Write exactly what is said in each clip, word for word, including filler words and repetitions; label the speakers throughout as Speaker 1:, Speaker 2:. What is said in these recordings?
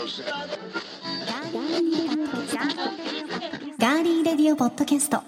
Speaker 1: ガーリーレディオポッドキャスト。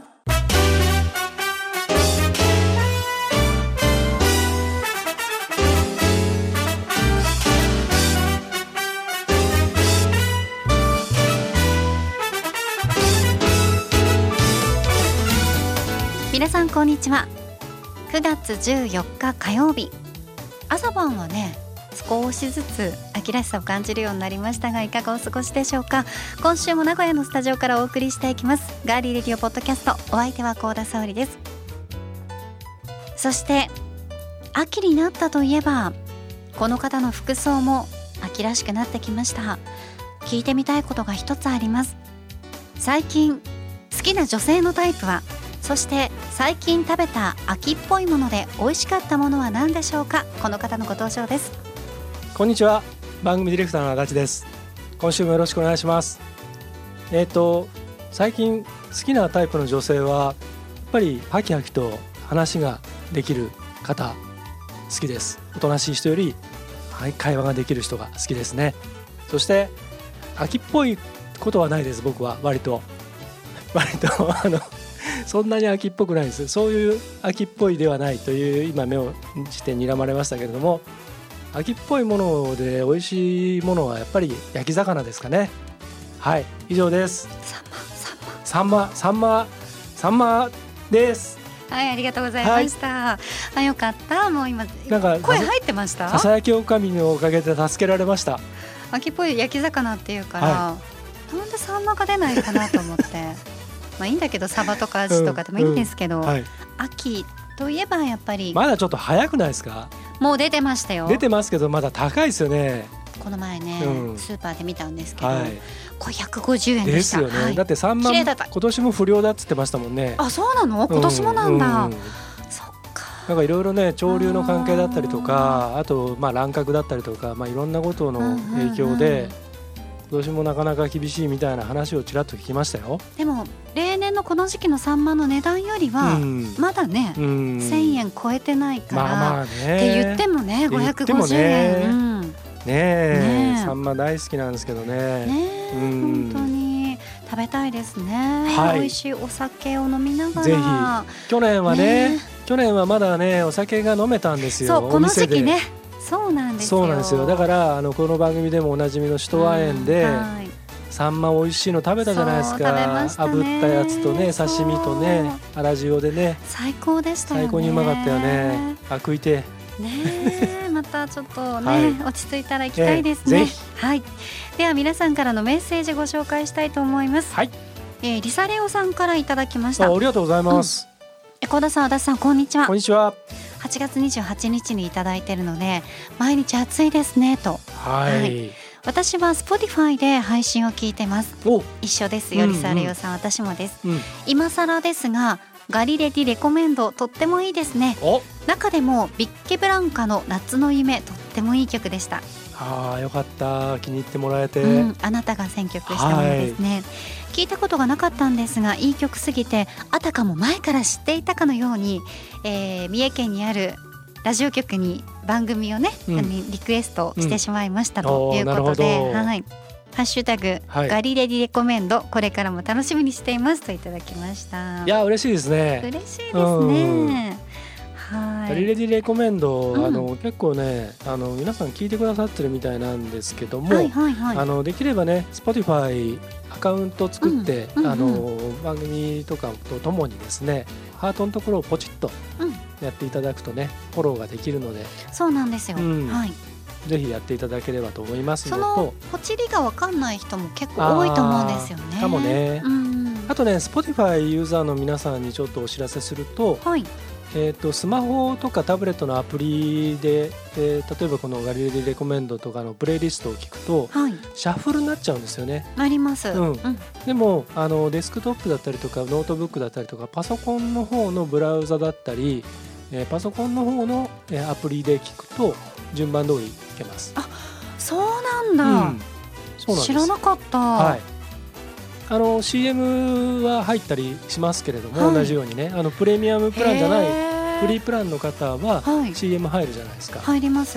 Speaker 1: 皆さんこんにちは。くがつじゅうよっか火曜日、朝晩はね少しずつ秋らしさを感じるようになりましたが、いかがお過ごしでしょうか。今週も名古屋のスタジオからお送りしていきますガーリーレディオポッドキャスト。お相手は幸田沙織です。そして秋になったといえば、この方の服装も秋らしくなってきました。聞いてみたいことが一つあります。最近好きな女性のタイプは、そして最近食べた秋っぽいもので美味しかったものは何でしょうか。この方のご登場です。
Speaker 2: こんにちは、番組ディレクターの足立です。今週もよろしくお願いします。えーと最近好きなタイプの女性はやっぱりハキハキと話ができる方好きです。おとなしい人より、はい、会話ができる人が好きですね。そして秋っぽいことはないです。僕は割と割とあのそんなに秋っぽくないです。そういう秋っぽいではないという今目をして睨まれましたけれども、秋っぽいもので美味しいものはやっぱり焼き魚ですかね。はい、以上です。サンマサンマサンマです。
Speaker 1: はい、ありがとうございました、はい、あ、よかった。もう今なんか声入ってました。
Speaker 2: ささやきおかみのおかげで助けられました。
Speaker 1: 秋っぽい焼き魚っていうから、はい、なんでサンマが出ないかなと思ってまあいいんだけど、サバとかアジとかでもいいんですけど、うんうん、はい、秋といえばやっぱりま
Speaker 2: だちょっと早くないですか。
Speaker 1: もう出てましたよ。
Speaker 2: 出てますけどまだ高いですよね。
Speaker 1: この前ね、うん、スーパーで見たんですけど、
Speaker 2: はい、
Speaker 1: これひゃくごじゅうえんでした。
Speaker 2: ですよね、はい、だってサンマ今年も不良だっつってましたもんね。
Speaker 1: あ、そうなの。今年もなんだ、うんうん、そっか。なん
Speaker 2: かいろいろね、潮流の関係だったりとか、あとまあ乱獲だったりとか、まあ、いろんなことの影響で、うんうんうん、今年もなかなか厳しいみたいな話をちらっと聞きましたよ。
Speaker 1: でも例年のこの時期のサンマの値段よりはまだね、うん、せんえん超えてないから、まあまあね、って言ってもねごひゃくごじゅうえん、うん、
Speaker 2: ねえ、ねえ、サンマ大好きなんですけどね。
Speaker 1: ねえ、うん、本当に食べたいですね、はい、美味しいお酒を飲みながら。
Speaker 2: ぜひ。去年は ね, ね去年はまだねお酒が飲めたんですよ。
Speaker 1: そう、この時期ね。そうなんですよ。
Speaker 2: そうなんですよ。だからあのこの番組でもおなじみの首都和園で、うんはい、サンマ美味しいの食べたじゃないですか。
Speaker 1: 食べましたね。
Speaker 2: 炙ったやつとね、刺身とね、粗塩でね、
Speaker 1: 最高でしたよね。
Speaker 2: 最高にうまかったよね。あ、食いて
Speaker 1: ねまたちょっとね、はい、落ち着いたら行きたいですね、
Speaker 2: えー、ぜひ。
Speaker 1: はい、では皆さんからのメッセージご紹介したいと思います、
Speaker 2: はい。
Speaker 1: えー、リサレオさんからいただきました。
Speaker 2: あ, ありがとうございます、
Speaker 1: うん、幸田さん、足立さん、こんにちは。
Speaker 2: こんにちは。
Speaker 1: はちがつにじゅうはちにちにいただいているので、毎日暑いですねと。
Speaker 2: はい、はい、
Speaker 1: 私は Spotify で配信を聞いてます。一緒ですよ、リサレオさん、私もです、うん、今更ですがガリレディレコメンドとってもいいですね。中でもビッケブランカの夏の夢、とってもいい曲でした。
Speaker 2: あー、よかった、気に入ってもらえて、
Speaker 1: うん、あなたが選曲したものですね、はい、聞いたことがなかったんですが、いい曲すぎてあたかも前から知っていたかのように、えー、三重県にあるラジオ局に番組をね、うん、リクエストしてしまいました、うん、ということで、はい、ハッシュタグ、はい、ガリレディレコメンド、これからも楽しみにしていますといただきました。
Speaker 2: いや、嬉しいですね。
Speaker 1: 嬉しいですね。はい、
Speaker 2: ガリレディレコメンド、うん、あの結構ね、あの皆さん聞いてくださってるみたいなんですけども、はいはいはい、あのできればね Spotify アカウント作って、うんうんうん、あの番組とかとともにですね、ハートのところをポチッとやっていただくとね、フォローができるので。
Speaker 1: そうなんですよ、うん、はい、
Speaker 2: ぜひやっていただければと思いますのと、
Speaker 1: そのポチリが分かんない人も結構多いと思うんですよね。
Speaker 2: かもね、
Speaker 1: うん、
Speaker 2: あとね Spotify ユーザーの皆さんにちょっとお知らせすると、はい、えー、とスマホとかタブレットのアプリで、えー、例えばこのガリレディレコメンドとかのプレイリストを聞くと、はい、シャッフルになっちゃうんですよね。
Speaker 1: なります、
Speaker 2: うんうん、でもあのデスクトップだったりとかノートブックだったりとかパソコンの方のブラウザだったり、えー、パソコンの方の、えー、アプリで聞くと順番通り聞けます。
Speaker 1: あ、そうなんだ、うん、そうなんです。知らなかった、
Speaker 2: はい、あの シーエム は入ったりしますけれども、はい、同じようにね、あのプレミアムプランじゃないフリープランの方は シーエム 入るじゃないですか。
Speaker 1: 入ります。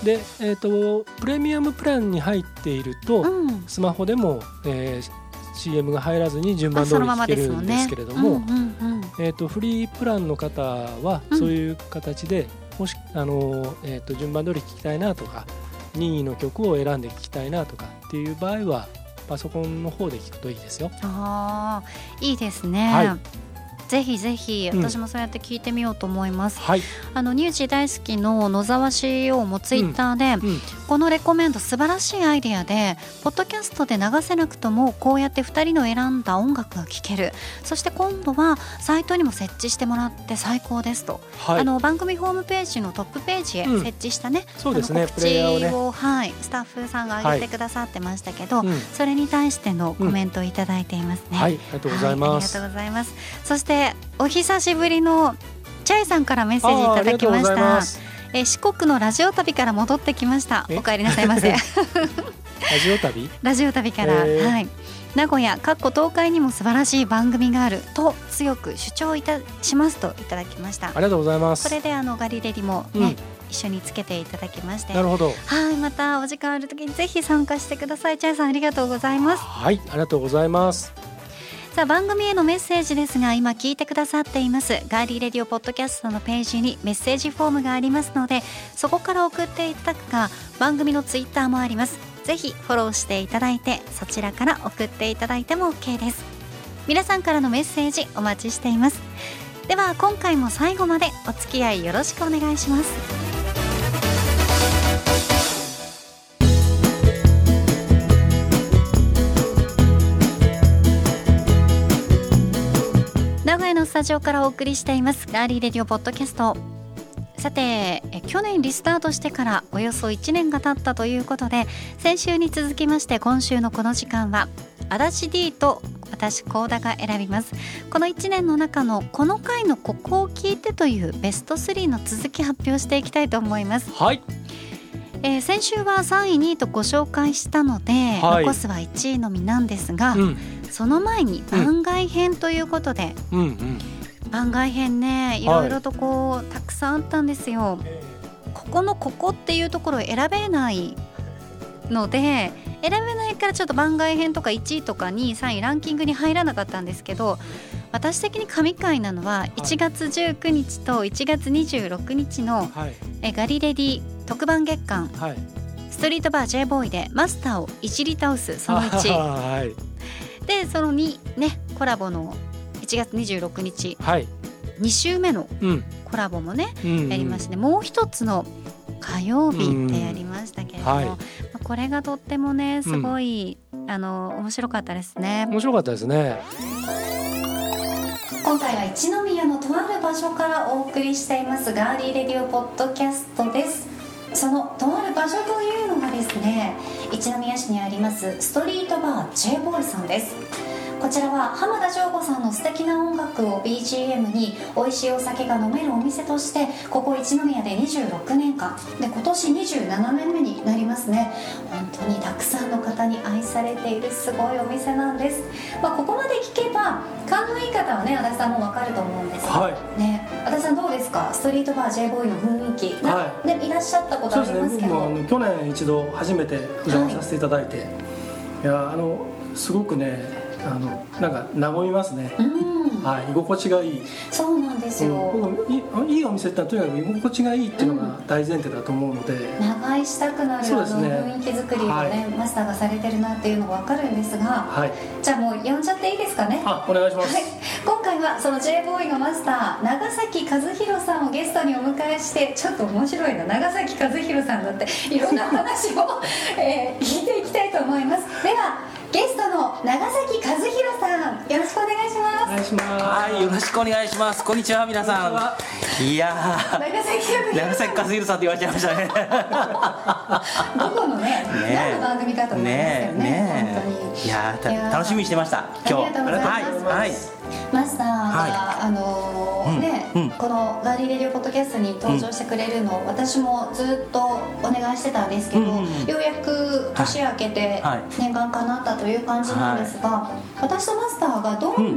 Speaker 2: で、えー、とプレミアムプランに入っていると、うん、スマホでも、えー、シーエム が入らずに順番通り聞けるんですけれども、えー、とフリープランの方はそういう形で、うん、もしあの、えー、と順番通り聞きたいなとか任意の曲を選んで聞きたいなとかっていう場合はパソコンの方で聞くといいですよ。
Speaker 1: あー、いいですね、はい、ぜひぜひ私もそうやって聞いてみようと思います、うん、はい、あのニュージー大好きの野沢 シーイーオー もツイッターで、うんうん、このレコメンド素晴らしいアイデアでポッドキャストで流せなくともこうやってふたりの選んだ音楽が聴ける、そして今度はサイトにも設置してもらって最高ですと、はい、あの番組ホームページのトップページへ設置したね、うん、
Speaker 2: そうですね、
Speaker 1: 告知を、ね、はい、スタッフさんが上げてくださってましたけど、はい、うん、それに対してのコメントをいただいていますね、うん、
Speaker 2: はい、ありがとうございます、
Speaker 1: はい、ありがとうございます。そしてお久しぶりのチャイさんからメッセージいただきました。え四国のラジオ旅から戻ってきました。お帰りなさいませ。ラ
Speaker 2: ジオ旅
Speaker 1: ラジオ旅から、はい、名古屋かっこ東海にも素晴らしい番組があると強く主張いたしますといただきました。
Speaker 2: ありがとうございます。
Speaker 1: これであのガリレディもね、うん、一緒につけていただきまして、
Speaker 2: なるほど、
Speaker 1: はい、またお時間ある時にぜひ参加してください。チャイさんありがとうございます。
Speaker 2: はい、ありがとうございます。
Speaker 1: さあ番組へのメッセージですが、今聞いてくださっていますガーリーレディオポッドキャストのページにメッセージフォームがありますので、そこから送っていただくか、番組のツイッターもあります。ぜひフォローしていただいてそちらから送っていただいても OK です。皆さんからのメッセージお待ちしています。では今回も最後までお付き合いよろしくお願いします。名古屋のスタジオからお送りしていますガーリーレディオポッドキャスト。さてえ去年リスタートしてからおよそいちねんが経ったということで、先週に続きまして今週のこの時間は足立 D と私高田が選びます。このいちねんの中のこの回のここを聞いてというベストスリーの続き発表していきたいと思います。
Speaker 2: はい、
Speaker 1: えー、先週はさんいにいとご紹介したので、はい、残すはいちいのみなんですが、うん、その前に番外編ということで、うんうんうん、番外編ね、いろいろとこう、はい、たくさんあったんですよ。ここのここっていうところを選べないので、選べないからちょっと番外編とかいちいとかにい、さんいランキングに入らなかったんですけど、私的に神回なのはいちがつじゅうくにちといちがつにじゅうろくにちの、はい、えガリレディ特番月間、はい、ストリートバー J ボーイでマスターをいじり倒すそのいち、はい、でそのにね、コラボのいちがつにじゅうろくにち、はい、に週目のコラボもね、うん、やりまして、もう一つの火曜日ってやりましたけれども、はい、これがとってもねすごい、うん、あの面白かったですね。
Speaker 2: 面白かったですね。
Speaker 1: 今回は一宮のとある場所からお送りしていますガーリーレディオポッドキャストです。そのとある場所というのがですね、一宮市にありますストリートバー J ボーイさんです。こちらは浜田省吾さんの素敵な音楽を ビージーエム に美味しいお酒が飲めるお店としてここ一宮でにじゅうろくねんかんで、今年にじゅうななねんめになりますね。本当にたくさんの方に愛されているすごいお店なんです。まあ、ここまで聞けば勘のいい方はね、足立さんも分かると思うんですが、はいね、足立さんどうですか、ストリートバー J ボーイの雰囲気、はい、ね、いらっしゃったことありますけど。
Speaker 2: そうですね、僕も去年一度初めてお邪魔させていただいて、はい、いやあのすごくね、あのなんか和みますね、うん、はい、居心地がいい。
Speaker 1: そうなんですよ、
Speaker 2: うん、いい、いいお店ってのはとにかく居心地がいいっていうのが大前提だと思うので、
Speaker 1: うん、長居したくなる、ね、あの雰囲気作りをね、はい、マスターがされてるなっていうのが分かるんですが、はい、じゃあもう呼んじゃっていいですかね。
Speaker 2: あ、お願いします、
Speaker 1: はい、今回はその J ボーイのマスター長崎和弘さんをゲストにお迎えして、ちょっと面白いな、長崎和弘さんだっていろんな話を、えー、聞いていきたいと思います。ではゲストの長崎和弘さん、よろしくお願いします。
Speaker 2: お願いします。
Speaker 3: はい、よろしくお願いします。こんにちは、皆さん。いやー、
Speaker 1: 長崎
Speaker 3: 長崎和弘さんって言われちゃいましたね。
Speaker 1: どこのね、何の番組かと思いますよね。ねね本当に。いや
Speaker 3: ー、楽しみにしてました。今日。
Speaker 1: ありがとうございます。はい。はい、マスターが、はい、あのーうん、ね、うん、このガーリーレディオポッドキャストに登場してくれるのを、うん、私もずっとお願いしてたんですけど、うんうんうん、ようやく年明けて念願かなったという感じなんですが、はい、私とマスターがどんな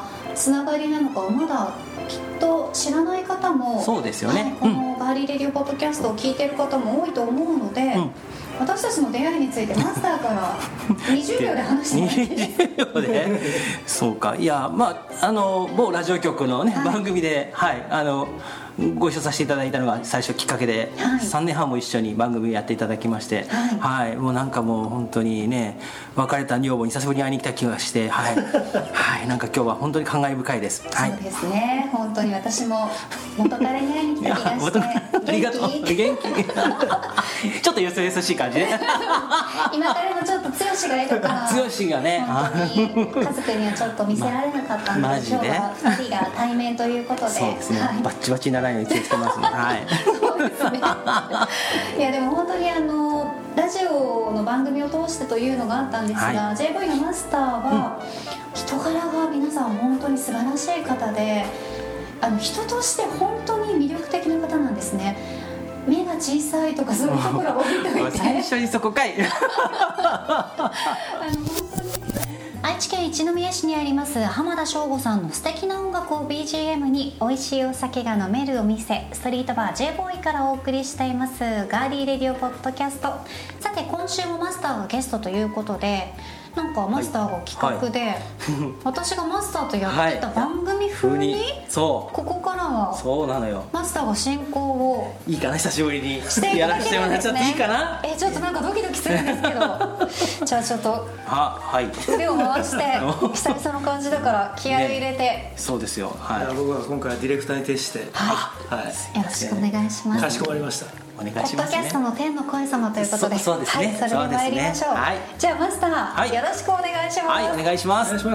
Speaker 1: つながりなのかまだきっと知らない方も、
Speaker 3: そうですよね、
Speaker 1: はい、このガーリーレディオポッドキャストを聞いている方も多いと思うので、うん、私たちの出会いについてマスターからにじゅうびょうで話してもらっていいですか？にじゅうびょうで
Speaker 3: そうか、いや、まあ、あの某ラジオ局の、ね、はい、番組で、はい、あのご一緒させていただいたのが最初きっかけで、はい、さんねんはんも一緒に番組やっていただきまして、はい、はい、もうなんかもう本当にね、別れた女房に久しぶりに会いに来た気がして、はいはい、なんか今日は本当に感慨深いです、はい、
Speaker 1: そうですね、本当に私も元彼に会いに来た気がして
Speaker 3: ありがとう、元気ちょっとよそよそしい感じで
Speaker 1: 今彼のちょっと剛がいるから
Speaker 3: 剛がね、
Speaker 1: 本当に家族にはちょっと見せられなかったので、ま、今日はふたりが対面ということで、
Speaker 3: そうですね、はい、バッチバチにならないように気をつけますね、はい、
Speaker 1: そうですねいやでも本当にあのラジオの番組を通してというのがあったんですが、はい、ジェイボーイ のマスターは、うん、人柄が皆さん本当に素晴らしい方で、あの人として本当に魅力的な方なんですね。目が小さいとかそういうところを置いといて
Speaker 3: 最初にそこかい
Speaker 1: あの本当に愛知県一宮市にあります浜田省吾さんの素敵な音楽を ビージーエム に美味しいお酒が飲めるお店ストリートバー ジェイボーイ からお送りしていますガーリーレディオポッドキャスト。さて今週もマスターがゲストということで、なんかマスターが企画で、はいはい、私がマスターとやってた番組風に、はい、
Speaker 3: そう
Speaker 1: ここからは
Speaker 3: そうなのよ、
Speaker 1: マスターが進行を
Speaker 3: いいかな、久しぶりに
Speaker 1: していただけるんですね。やらせてもらっちゃっていいかな。えちょっとなんかドキドキするんですけどじゃあちょっと
Speaker 3: あ、はい、
Speaker 1: 腕を回して久々の感じだから気合い入れて、ね、
Speaker 3: そうですよ、はい、
Speaker 2: いや僕は今回はディレクターに徹して、
Speaker 1: はいはい、よろしくお願いします。
Speaker 2: かしこまりました。
Speaker 3: お願いしますね。
Speaker 1: ポッドキャストの天の声様ということで、
Speaker 3: そ, そうですね、
Speaker 1: はい、それで参りましょう。
Speaker 3: はい、
Speaker 1: じゃあマスター、はい、よろしくお願いします。
Speaker 3: はい、お願いします。
Speaker 2: お願いします。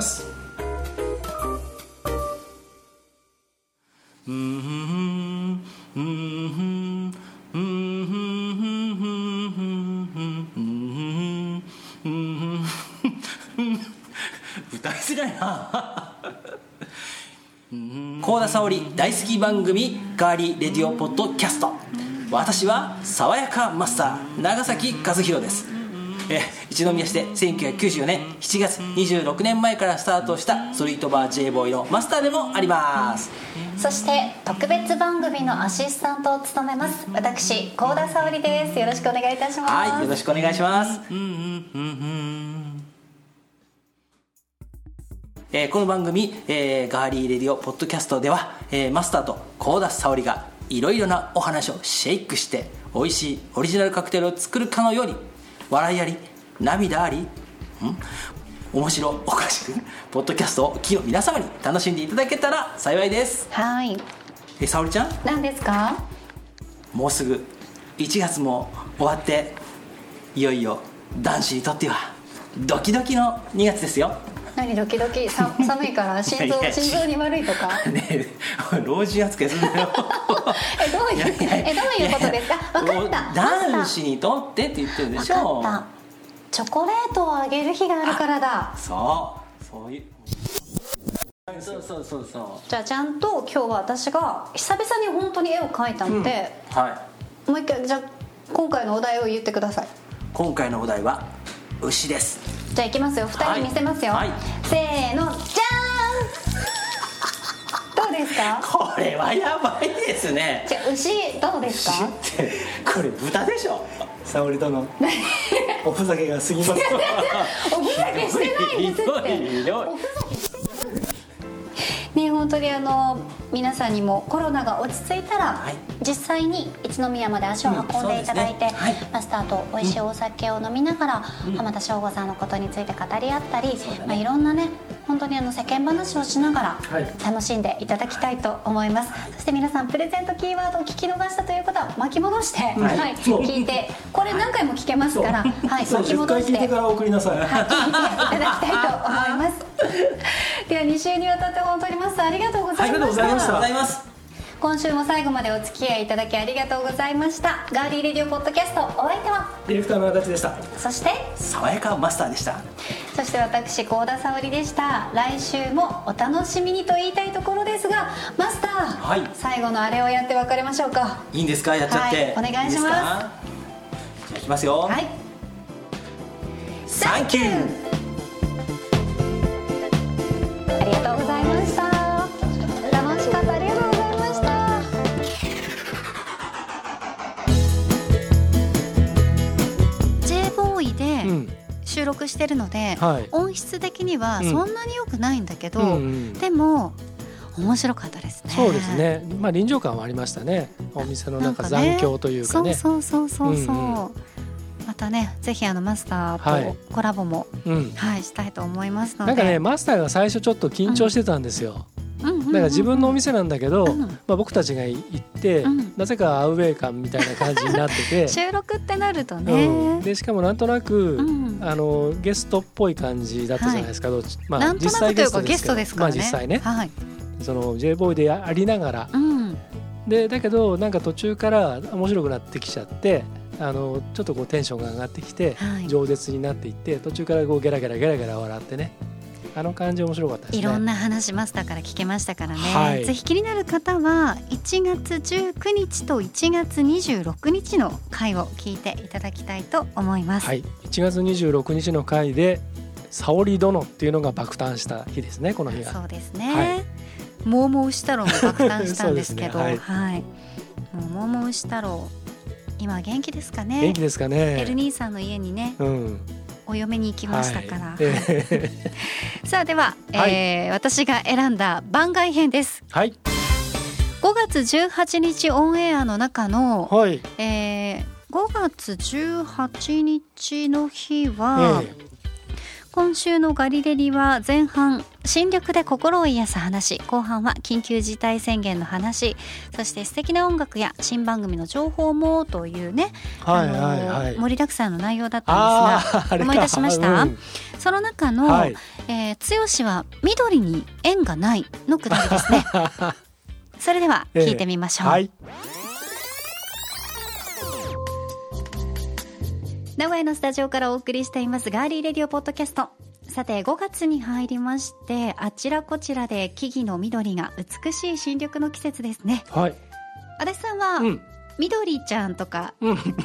Speaker 3: 歌いづらいな幸田沙織大好き番組ガーリーレディオポッドキャスト。私は爽やかマスター長崎和弘です。え一宮市でせんきゅうひゃくきゅうじゅうよねんしちがつにじゅうろくねんまえからスタートしたストリートバー ジェイボーイ のマスターでもあります。
Speaker 1: そして特別番組のアシスタントを務めます私幸田沙織です。よろしくお願いいたします。
Speaker 3: はい、よろしくお願いします。えー、この番組、えー、ガーリーレディオポッドキャストでは、えー、マスターと幸田沙織がいろいろなお話をシェイクして美味しいオリジナルカクテルを作るかのように笑いあり涙ありん面白おかしくポッドキャストをお聞きの皆様に楽しんでいただけたら幸いです。
Speaker 1: はい。
Speaker 3: え沙織ちゃん、
Speaker 1: 何ですか？
Speaker 3: もうすぐいちがつも終わっていよいよ男子にとってはドキドキのにがつですよ。
Speaker 1: 何ドキドキさ寒いから心臓心臓に悪いとかねえ
Speaker 3: 老人扱いするんだよ
Speaker 1: えどういうえどういうことですか？分かった。
Speaker 3: 男子にとってって言ってるでしょ。
Speaker 1: 分かった。チョコレートをあげる日があるからだ。
Speaker 3: そうそういうそうそうそうそう。
Speaker 1: じゃあちゃんと今日は私が久々に本当に絵を描いたので、
Speaker 3: うん、はい、
Speaker 1: もう一回じゃあ今回のお題を言ってください。
Speaker 3: 今回のお題は牛です。
Speaker 1: じゃあいきますよ。ふたり見せますよ、はいはい、せーのじゃーんどうですか？
Speaker 3: これはやばいですね。
Speaker 1: じゃあ牛どうですか？
Speaker 3: これ豚でしょ。
Speaker 2: 沙織殿おふざけが過ぎます
Speaker 1: おふざけしてないんですって。おふざけしてないね。本当にあの皆さんにもコロナが落ち着いたら、はい、実際に一宮まで足を運んでいただいて、うんね、はい、マスターと美味しいお酒を飲みながら、うん、浜田省吾さんのことについて語り合ったり、ね、まあ、いろんなね本当にあの世間話をしながら楽しんでいただきたいと思います、はい、そして皆さんプレゼントキーワードを聞き逃したということは巻き戻して、はいはい、聞いてこれ何回も聞けますから、はい、巻き戻して
Speaker 2: じゅっかい聞いてから送りなさい、
Speaker 1: はい、聞いていただきたいと思いますではに週にわたって本当にマスターありがとうございました。ありがとうございます。今週も最後までお付き合いいただきありがとうございました。ガーリーレディオポッドキャスト、お相手は
Speaker 2: ディレクターの足立でした。
Speaker 1: そして
Speaker 3: 爽やかマスターでした。
Speaker 1: そして私幸田沙織でした。来週もお楽しみにと言いたいところですが、マスター、はい、最後のあれをやって別れましょうか。
Speaker 3: いいんですか？やっちゃって、
Speaker 1: はい、お願いします。いいですか？じゃ
Speaker 3: あいきますよ。
Speaker 1: はい、
Speaker 3: サンキュー。
Speaker 1: ありがとうございました。 録してるので、
Speaker 2: はい、
Speaker 1: 音質的にはそんなに良くないんだけど、
Speaker 2: うんうん、
Speaker 1: でも面白かったですね。
Speaker 2: そうですね、まあ、臨場感はありましたね。お店のなんか残響というかね。
Speaker 1: そうそうそうそうそう、
Speaker 2: うんうん、
Speaker 1: またねぜひあのマスターとコラボも、はいうんはい、したいと思いますので。
Speaker 2: なんかねマスターが最初ちょっと緊張してたんですよ、うん、だから自分のお店なんだけど、うんまあ、僕たちが行って、うん、なぜかアウェー感みたいな感じになってて
Speaker 1: 収録ってなるとね、
Speaker 2: うん、でしかもなんとなく、うん、あのゲストっぽい感じだったじゃないですか、はいまあ、
Speaker 1: なんとなくというかゲストですからね、
Speaker 2: まあ、実際ね、
Speaker 1: はい、
Speaker 2: その J ボーイでありながら、うん、でだけどなんか途中から面白くなってきちゃってあのちょっとこうテンションが上がってきて、はい、饒舌になっていって途中からこうゲラゲラゲラゲラ笑ってね、あの感じ面白かったですね。
Speaker 1: いろんな話マスターから聞けましたからね、はい、ぜひ気になる方はいちがつじゅうくにちといちがつにじゅうろくにちの回を聞いていただきたいと思います、
Speaker 2: はい、いちがつにじゅうろくにちの回で沙織殿っていうのが爆誕した日ですね、この日が。
Speaker 1: そうですね、はい、モーモウシ太郎も爆誕したんですけど、ねはいはい、もうモーモウシ太郎今元気ですかね。
Speaker 2: 元気ですかね。
Speaker 1: エル兄さんの家にね、うん、お嫁に行きましたから、はい
Speaker 2: え
Speaker 1: ー、さあでは、はいえー、私が選んだ番外編です、
Speaker 2: はい、
Speaker 1: ごがつじゅうはちにちオンエアの中の、
Speaker 2: はい
Speaker 1: えー、ごがつじゅうはちにちの日は、えー今週のガリレディは前半新緑で心を癒す話、後半は緊急事態宣言の話、そして素敵な音楽や新番組の情報もというね、
Speaker 2: はいはいはい、
Speaker 1: 盛りだくさんの内容だったんですが思い出しました、うん、その中の、はいえー、剛は緑に縁がないのくだりですねそれでは聞いてみましょう、えーはい名古屋のスタジオからお送りしていますガーリーレディオポッドキャスト。さてごがつに入りましてあちらこちらで木々の緑が美しい新緑の季節ですね、
Speaker 2: はい、
Speaker 1: 足立さんは、うん、緑ちゃんとか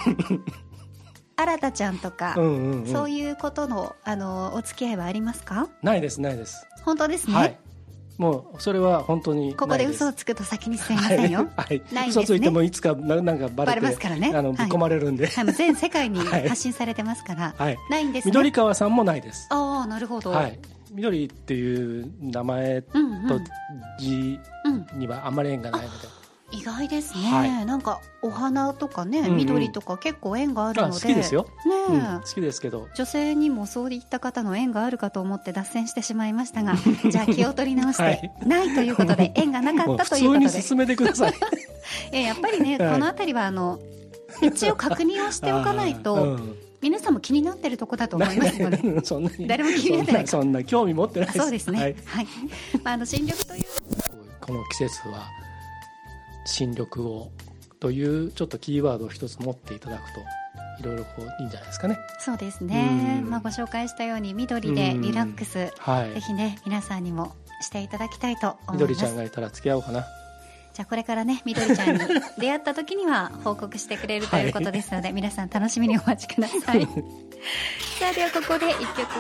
Speaker 1: 新ちゃんとか、うんうんうん、そういうことの、あのお付き合いはありますか？
Speaker 2: ないですないです。
Speaker 1: 本当ですね、
Speaker 2: はいもうそれは本当に
Speaker 1: ここで嘘をつくと先にすいませんよ、
Speaker 2: はい、
Speaker 1: ないんですね。
Speaker 2: 嘘ついてもいつかななんかバレて
Speaker 1: バレますからね、
Speaker 2: あのぶっ込まれるんで、
Speaker 1: はいはい、全世界に発信されてますから、はい、ないんですね。
Speaker 2: 緑川さんもないです。
Speaker 1: ああなるほど、
Speaker 2: はい、緑っていう名前と字にはあんまり縁がないので、うんうん
Speaker 1: 意外ですね、はい、なんかお花とかね、うんうん、緑とか結構縁があるので
Speaker 2: 好きですよ、
Speaker 1: ねうん、
Speaker 2: 好きですけど
Speaker 1: 女性にもそういった方の縁があるかと思って脱線してしまいましたがじゃあ気を取り直して、はい、ないということで縁がなかったということで
Speaker 2: 普通に進めてください
Speaker 1: えやっぱりね、はい、このあたりはあの一応確認をしておかないと、うん、皆さんも気になってるとこだと思いますので
Speaker 2: そんなに
Speaker 1: 誰も気になってないか
Speaker 2: そんな、そんな興味持ってないです。
Speaker 1: そうですね、はいはいまあ、あの新緑という
Speaker 2: この季節は新緑をというちょっとキーワードを一つ持っていただくといろいろこういいんじゃないですかね。
Speaker 1: そうですね、まあ、ご紹介したように緑でリラックス、はい、ぜひね皆さんにもしていただきたいと思います。
Speaker 2: 緑ちゃんがいたら付き合おうかな。
Speaker 1: じゃあこれからね緑ちゃんに出会った時には報告してくれるということですので、はい、皆さん楽しみにお待ちくださいさあではここで一曲お送りします。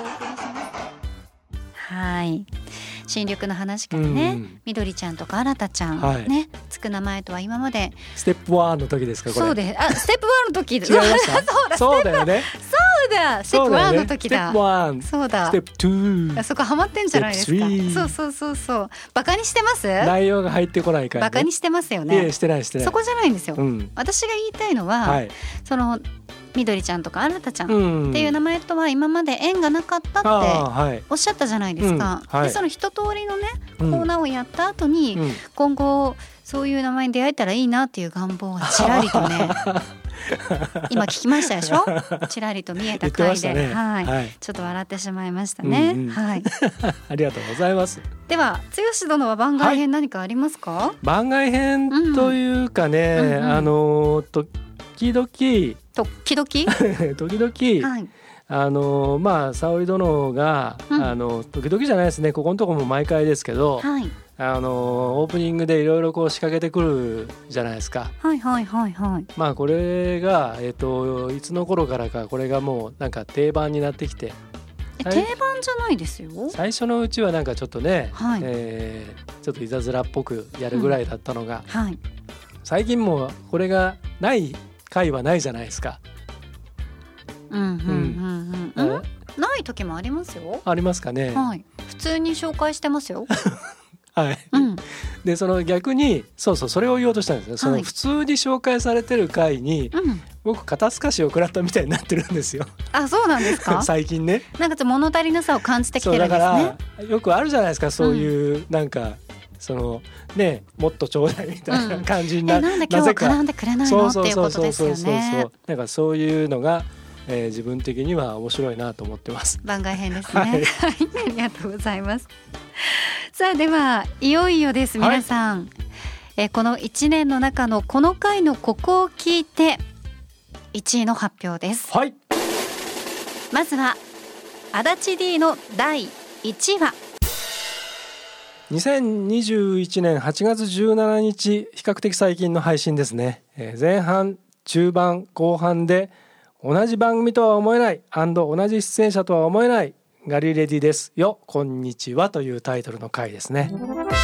Speaker 1: はい新緑の話からね、うん、緑ちゃんとか新たちゃん、はい、ねつく名前とは今まで
Speaker 2: ステップワンの時ですかこれ。
Speaker 1: そうです。あステップワンの時
Speaker 2: 違いましたそうだ
Speaker 1: そう
Speaker 2: だよね
Speaker 1: そうだステップワンの時だ。
Speaker 2: ステップワン
Speaker 1: そうだ
Speaker 2: ステップツー
Speaker 1: そこハマってんじゃないですか。そうそうそうそうバカにしてます。
Speaker 2: 内容が入ってこないから、ね、
Speaker 1: バカにしてますよね。
Speaker 2: いやしてないしてない
Speaker 1: そこじゃないんですよ、うん、私が言いたいのは、はい、その緑ちゃんとか新たちゃんっていう名前とは今まで縁がなかったっておっしゃったじゃないですか、うんはい、でその一通りのねコーナーをやった後に、うん、今後そういう名前に出会えたらいいなっていう願望がちらりとね今聞きましたでしょちらりと見えた回で、ねはいはい、ちょっと笑ってしまいましたね、うんうんはい、
Speaker 2: ありがとうございます。
Speaker 1: では剛殿は番外編何かありますか？はい、
Speaker 2: 番外編というかね、うんうん、あの時々時
Speaker 1: 々
Speaker 2: 時々、はいあのまあ沙織殿が、うん、あの時々じゃないですねここのところも毎回ですけど、はい、あのオープニングでいろいろこう仕掛けてくるじゃないですか。
Speaker 1: はいはいはいはい。
Speaker 2: まあこれが、えー、といつの頃からかこれがもうなんか定番になってきて。
Speaker 1: 定番じゃないですよ。
Speaker 2: 最初のうちはなんかちょっとね、はいえー、ちょっといたずらっぽくやるぐらいだったのが、うんはい、最近もこれがない回はないじゃないですか。
Speaker 1: うんうんうんうん、うん、ない時もありますよ。
Speaker 2: ありますかね。
Speaker 1: はい、普通に紹介してますよ。
Speaker 2: はい、
Speaker 1: うん、
Speaker 2: でその逆にそうそうそれを言おうとしたんですね。その普通に紹介されてる回に、うん、僕肩透かしを食らったみたいになってるんですよ。
Speaker 1: あ、そうなんですか。
Speaker 2: 最近ね、
Speaker 1: なんかちょっと物足りなさを感じてきてるんですね。
Speaker 2: そうだからよくあるじゃないですか、そういう、うん、なんかそのね、もっとちょうだいみたいな感じにな、
Speaker 1: うん、えなんで今日は絡んでくれないのっていうことですよね。
Speaker 2: だからそういうのが、えー、自分的には面白いなと思ってます。
Speaker 1: 番外編ですね。
Speaker 2: はい、
Speaker 1: ありがとうございます。さあではいよいよです皆さん、はい、えー、このいちねんの中のこの回のここを聞いていちいの発表です。
Speaker 2: はい、
Speaker 1: まずは足立 D のだいいちわ。
Speaker 2: にせんにじゅういちねんはちがつじゅうしちにち、比較的最近の配信ですね。えー、前半中盤後半で同じ番組とは思えない&同じ出演者とは思えないガリレディですよこんにちはというタイトルの回ですね。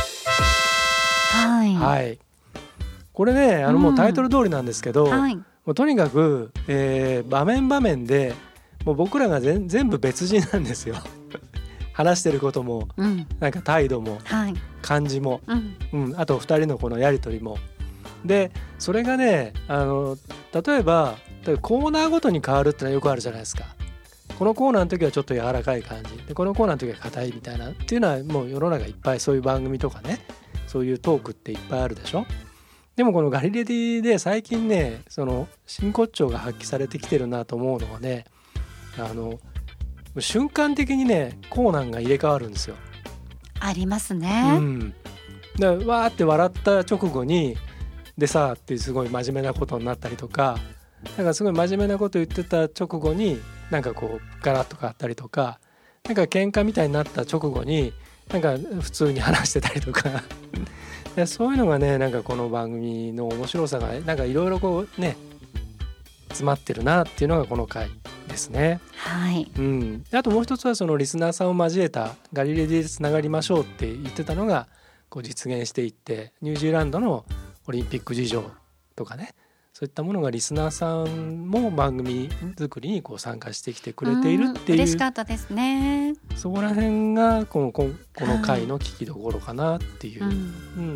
Speaker 1: はい、
Speaker 2: はい、これね、あのもうタイトル通りなんですけど、うん、はい、もうとにかく、えー、場面場面でもう僕らが全全部別人なんですよ。話してることも、うん、なんか態度も、はい、感じも、うんうん、あとふたりのこのやり取りもで、それがね、あの例えばコーナーごとに変わるってのはよくあるじゃないですか。このコーナーの時はちょっと柔らかい感じで、このコーナーの時は硬いみたいなっていうのはもう世の中いっぱいそういう番組とかね、そういうトークっていっぱいあるでしょ。でもこのガリレディで最近ね、その真骨頂が発揮されてきてるなと思うのはね、あの瞬間的にねコーナーが入れ替わるんですよ。
Speaker 1: ありますね、
Speaker 2: うん、でわーって笑った直後にでさーってすごい真面目なことになったりとか、なんかすごい真面目なこと言ってた直後になんかこうガラッと変わったりとか、なんか喧嘩みたいになった直後になんか普通に話してたりとかでそういうのがね、なんかこの番組の面白さがなんかいろいろこうね詰まってるなっていうのがこの回ですね。
Speaker 1: はい、
Speaker 2: うん、あともう一つはそのリスナーさんを交えたガリレディでつながりましょうって言ってたのがこう実現していって、ニュージーランドのオリンピック事情とかね、そういったものがリスナーさんも番組作りにこう参加してきてくれているっていう、
Speaker 1: 嬉しかったですね。
Speaker 2: そこら辺がこの、この回の聞きどころかなっていう、はい、うん、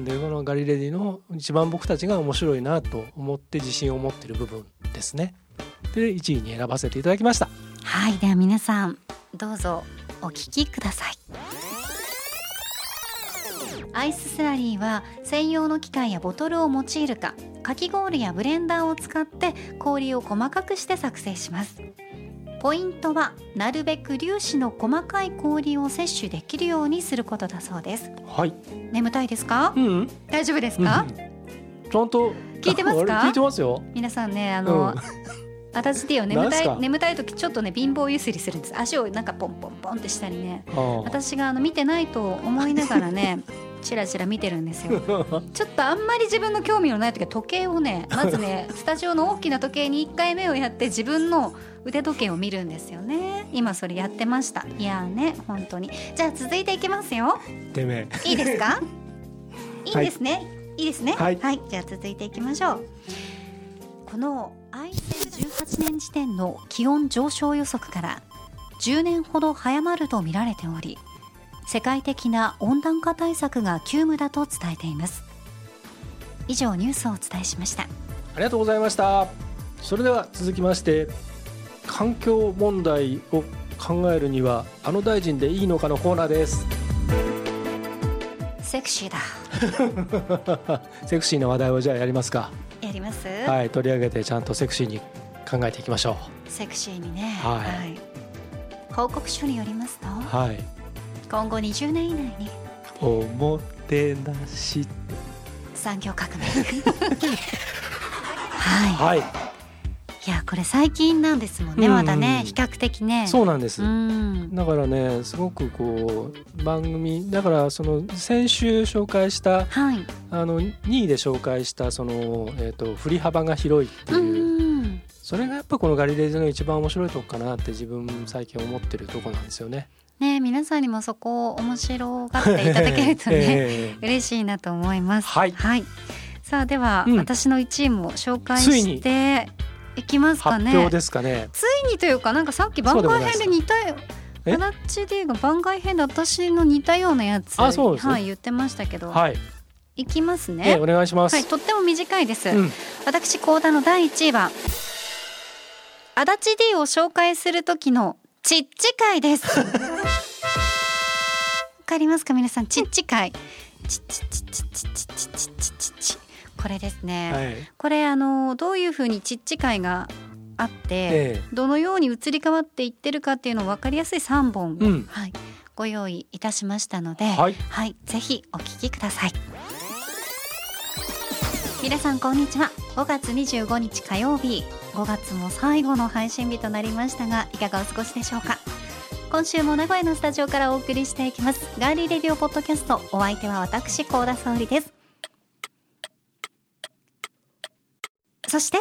Speaker 2: でこのガリレディの一番僕たちが面白いなと思って自信を持っている部分ですね。でいちいに選ばせていただきました。
Speaker 1: はい、では皆さんどうぞお聞きください。アイススラリーは専用の機械やボトルを用いるか、かき氷やブレンダーを使って氷を細かくして作成します。ポイントはなるべく粒子の細かい氷を摂取できるようにすることだそうです。
Speaker 2: はい、
Speaker 1: 眠たいですか？
Speaker 2: うん、
Speaker 1: 大丈夫ですか？
Speaker 2: うん、ちゃんと
Speaker 1: 聞いてますか？
Speaker 2: 聞いてますよ。
Speaker 1: 皆さんね、あの、うん、私でよ眠たい眠たい時ちょっとね貧乏ゆすりするんです。足をなんかポンポンポンってしたりね、私があの見てないと思いながらねチラチラ見てるんですよ。ちょっとあんまり自分の興味のない時は時計をね、まずねスタジオの大きな時計にいっかいめをやって自分の腕時計を見るんですよね。今それやってました。いやーね、本当に。じゃあ続いていきますよ。
Speaker 2: てめ
Speaker 1: えいいですか？いいですね、はい、いいですね、
Speaker 2: はい、
Speaker 1: はい、じゃあ続いていきましょう。このアイセンじゅうはちねん時点の気温上昇予測からじゅうねんほど早まると見られており、世界的な温暖化対策が急務だと伝えています。以上ニュースをお伝えしました。
Speaker 2: ありがとうございました。それでは続きまして、環境問題を考えるにはあの大臣でいいのかのコーナーです。
Speaker 1: セクシーだ
Speaker 2: セクシーな話題をじゃあやりますか。
Speaker 1: やります。
Speaker 2: はい、取り上げてちゃんとセクシーに考えていきましょ
Speaker 1: う。セクシーにね、
Speaker 2: はい
Speaker 1: はい、報告書によりますと、
Speaker 2: はい、
Speaker 1: 今後にじゅうねん以内に
Speaker 2: おもてなし
Speaker 1: 産業革命はい、
Speaker 2: はい、
Speaker 1: いやこれ最近なんですもんね、うんうん、まだね比較的ね。
Speaker 2: そうなんです、
Speaker 1: うん、
Speaker 2: だからねすごくこう番組だからその先週紹介した、はい、あのにいで紹介したその、えーと、振り幅が広いっていう、うん、それがやっぱこのガリレーズの一番面白いとこかなって自分最近思ってるとこなんですよね。
Speaker 1: ね、皆さんにもそこを面白がっていただけるとね、えー、嬉しいなと思います。
Speaker 2: はい、
Speaker 1: はい、さあでは、うん、私のいちいも紹介していきますかね。
Speaker 2: 発表ですかね。
Speaker 1: ついにというかなんかさっき番外編で似たよ
Speaker 2: え
Speaker 1: 足立 D が番外編で私の似たようなやつ、
Speaker 2: あそうです、
Speaker 1: はい、言ってましたけど、
Speaker 2: はい、
Speaker 1: いきますね、
Speaker 2: えお願いします。
Speaker 1: はい、とっても短いです、
Speaker 2: うん、
Speaker 1: 私高田のだいいちいは足立 D を紹介する時のちっち会ですわかりますか皆さん、ちっち会、ちっちちちちちちちちちち、これですね、
Speaker 2: はい、
Speaker 1: これあのどういう風にちっち会があって、
Speaker 2: ええ、
Speaker 1: どのように移り変わっていってるかっていうのを分かりやすいさんぼんを、
Speaker 2: うん
Speaker 1: はい、ご用意いたしましたので、
Speaker 2: はい
Speaker 1: はい、ぜひお聞きください。皆さんこんにちは。ごがつにじゅうごにち火曜日、ごがつも最後の配信日となりましたが、いかがお過ごしでしょうか。今週も名古屋のスタジオからお送りしていきますガーリーレディオポッドキャスト。お相手は私高田沙織です。そして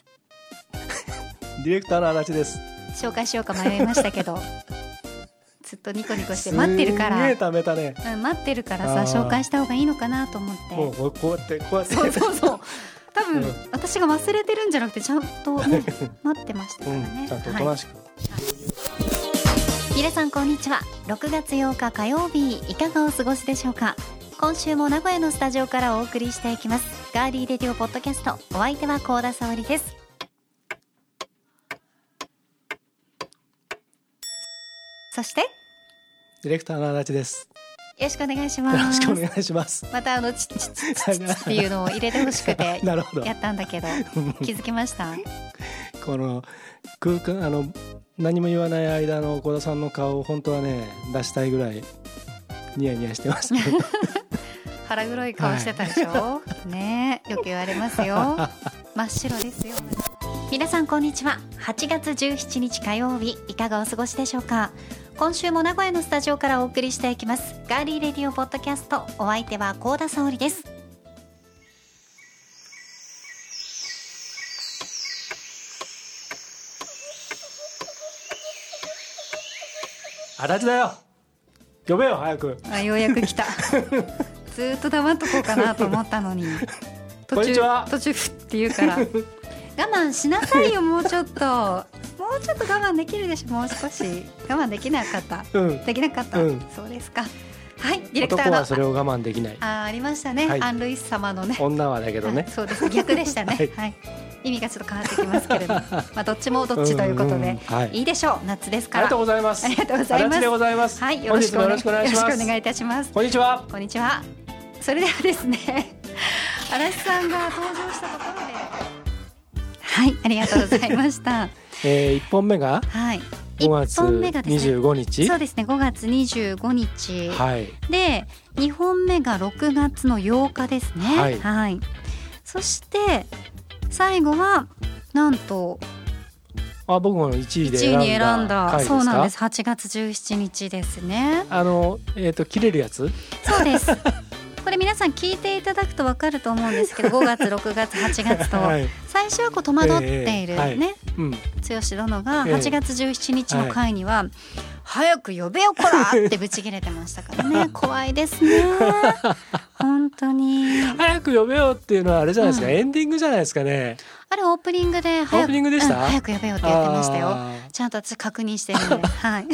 Speaker 2: ディレクターの足立です。
Speaker 1: 紹介しようか迷いましたけどずっとニコニコして待ってるから、
Speaker 2: すげえためたね、
Speaker 1: うん、待ってるからさ紹介した方がいいのかなと思って、
Speaker 2: もうこうやってこうやって
Speaker 1: そうそうそう多分、
Speaker 2: うん、
Speaker 1: 私が忘れてるんじゃなくてちゃんと、ね、待ってましたからね、
Speaker 2: うん、ちゃんとおとなしく、
Speaker 1: はい、皆さんこんにちは。ろくがつようか火曜日、いかがお過ごしでしょうか。今週も名古屋のスタジオからお送りしていきますガーリーレディオポッドキャスト。お相手は高田沙織です。そして
Speaker 2: ディレクターの足立です。
Speaker 1: よろしくお願いします。
Speaker 2: よろしくお願いします。
Speaker 1: またあのチッチッチッチッチッっていうのを入れてほしくて
Speaker 2: なるほど
Speaker 1: やったんだけど気づきました。
Speaker 2: この空間、あの何も言わない間の小田さんの顔を本当はね出したいぐらいニヤニヤしてます
Speaker 1: 腹黒い顔してたでしょ、はい、ねえよく言われますよ真っ白ですよ。皆さんこんにちは。はちがつじゅうしちにち火曜日、いかがお過ごしでしょうか。今週も名古屋のスタジオからお送りしていきますガーリーレディオポッドキャスト。お相手は高田沙織です。
Speaker 2: 足立だよ、呼べよ早く。
Speaker 1: あ、ようやく来たずっと黙っとこうかなと思ったのに途中
Speaker 2: こんにちは
Speaker 1: 途中ふって言うから我慢しなさいよ、もうちょっともうちょっと我慢できるでしょ。もう少し我慢できなかった、うん、できなかった、うん、そうですか。はい、ディレクターの
Speaker 2: 男はそれを我慢できない。
Speaker 1: あ、ありましたね、はい、アン・ルイス様のね。
Speaker 2: 女はだけどね、
Speaker 1: そうです、逆でしたね、はいはい、意味がちょっと変わってきますけれどもまあどっちもどっちということで、うんうん、はい、いいでしょう。夏ですから。
Speaker 2: ありがとうございます。
Speaker 1: ありがとうございます。
Speaker 2: 足立でございます。
Speaker 1: はい、よろしくお願いします。よろしくお願いいたします。
Speaker 2: こんにちは。
Speaker 1: こんにちは。それではですね嵐さんが登場したところで、はい、ありがとうございました、
Speaker 2: えー、いっぽんめが、はい、ごがつにじゅうごにち、
Speaker 1: ね、そうですね、ごがつにじゅうごにち、
Speaker 2: はい、
Speaker 1: でにほんめがろくがつのようかですね、はいはい、そして最後はなんと
Speaker 2: あ、僕もいちいで
Speaker 1: 選んだ、いちいに選んだ、そうなんです。はちがつじゅうしちにちですね。
Speaker 2: あの、えーと、切れるやつ。
Speaker 1: そうですこれ皆さん聞いていただくと分かると思うんですけどごがつろくがつはちがつと、はい、最初はこう戸惑っているね、えーはい、剛殿がはちがつじゅうしちにちの回には、えーはい、早く呼べよこらってブチ切れてましたからね怖いですね本当に。
Speaker 2: 早く呼べよっていうのはあれじゃないですか、うん、エンディングじゃないですかね。あ
Speaker 1: れオープニングで
Speaker 2: 早く、オープニングでした、
Speaker 1: うん、早く呼べよって言ってましたよ。ちゃんと私確認してるんではい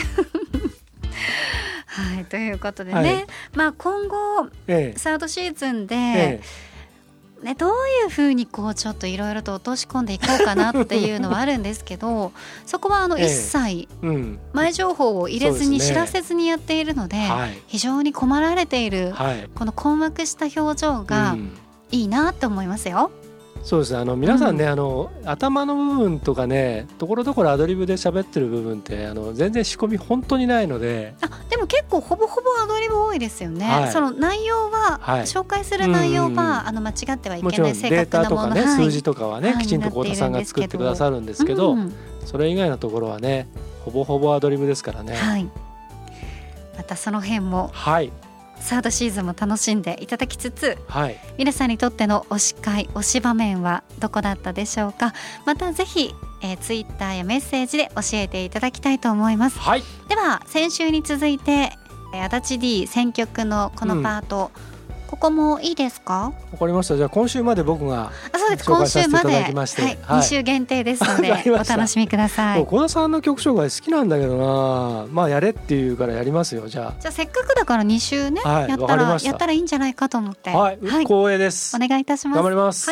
Speaker 1: はい、ということでね、はい、まあ、今後、ええ、サードシーズンで、ええね、どういうふうにこうちょっといろいろと落とし込んでいこうかなっていうのはあるんですけどそこはあの一切前情報を入れずに知らせずにやっているので、はい、非常に困られている、はい、この困惑した表情がいいなと思いますよ。
Speaker 2: そうです。あの皆さんね、うん、あの頭の部分とかね、ところどころアドリブで喋ってる部分ってあの全然仕込み本当にないので。あ、で
Speaker 1: も結構ほぼほぼアドリブ多いですよね、はい、その内容は、はい、紹介する内容は、うんうん、あの間違ってはいけない正確なもの、
Speaker 2: もちろんデータとかね、はい、数字とかはね、きちんと太田さんが作ってくださるんですけど、うん、それ以外のところはねほぼほぼアドリブですからね、はい、
Speaker 1: またその辺も、
Speaker 2: はい、
Speaker 1: サードシーズンも楽しんでいただきつつ、
Speaker 2: はい、
Speaker 1: 皆さんにとっての推し回推し場面はどこだったでしょうか。またぜひ、えー、ツイッターやメッセージで教えていただきたいと思います、
Speaker 2: はい、
Speaker 1: では先週に続いて足立 D 選曲のこのパート、 ここもいいですか？
Speaker 2: わかりました。じゃあ今週まで僕が
Speaker 1: あ、そうです。
Speaker 2: 紹
Speaker 1: 今週まで、
Speaker 2: 介させていただきまして、
Speaker 1: はい
Speaker 2: はい、
Speaker 1: に週限定ですのでお楽しみください。
Speaker 2: 小田さんの曲紹介好きなんだけどな、まあやれっていうからやりますよ。じゃあ
Speaker 1: じゃあせっかくだからに週ね、
Speaker 2: はい、
Speaker 1: やったら
Speaker 2: わかりました。
Speaker 1: やったらいいんじゃないかと思って、
Speaker 2: はい、
Speaker 1: はい、
Speaker 2: 光栄です。
Speaker 1: お願いいたします。
Speaker 2: 頑張ります。
Speaker 1: はい。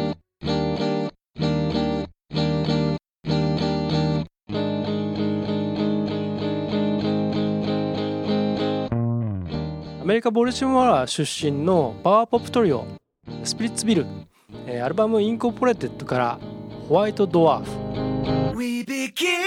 Speaker 2: アメリカボルチモア出身のパワーポップトリオスピリッツビル、えー、アルバムインコーポレテッドからホワイトドワーフ。
Speaker 4: We begin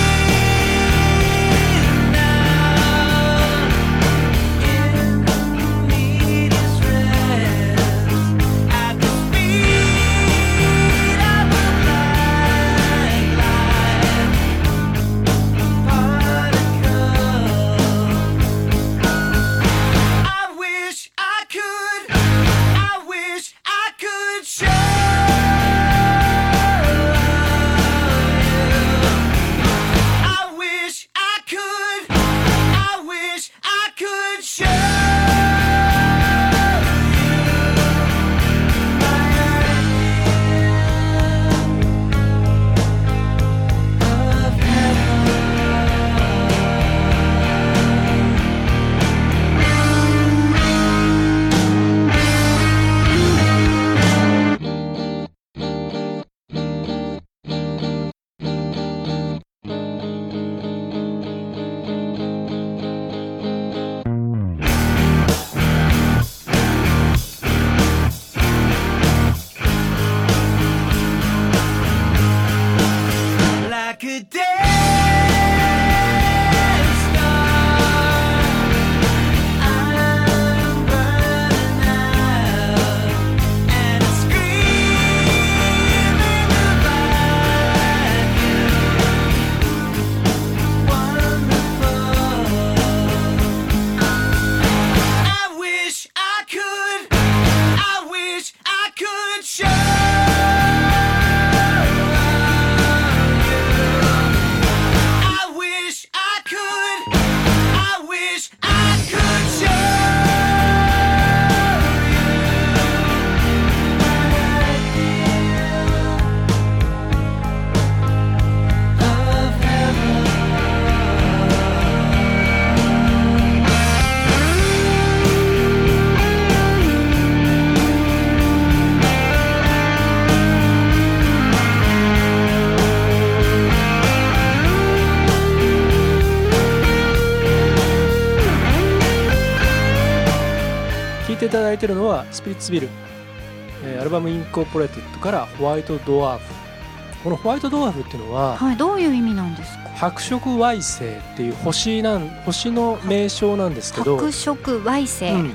Speaker 2: いただいているのはスピリッツビル、えー、アルバムインコーポレーテッドからホワイトドワーフ。このホワイトドワーフっていうのは、
Speaker 1: はい、どういう意味なんですか？
Speaker 2: 白色矮星っていう星なん星の名称なんですけど、
Speaker 1: 白色矮星、うん、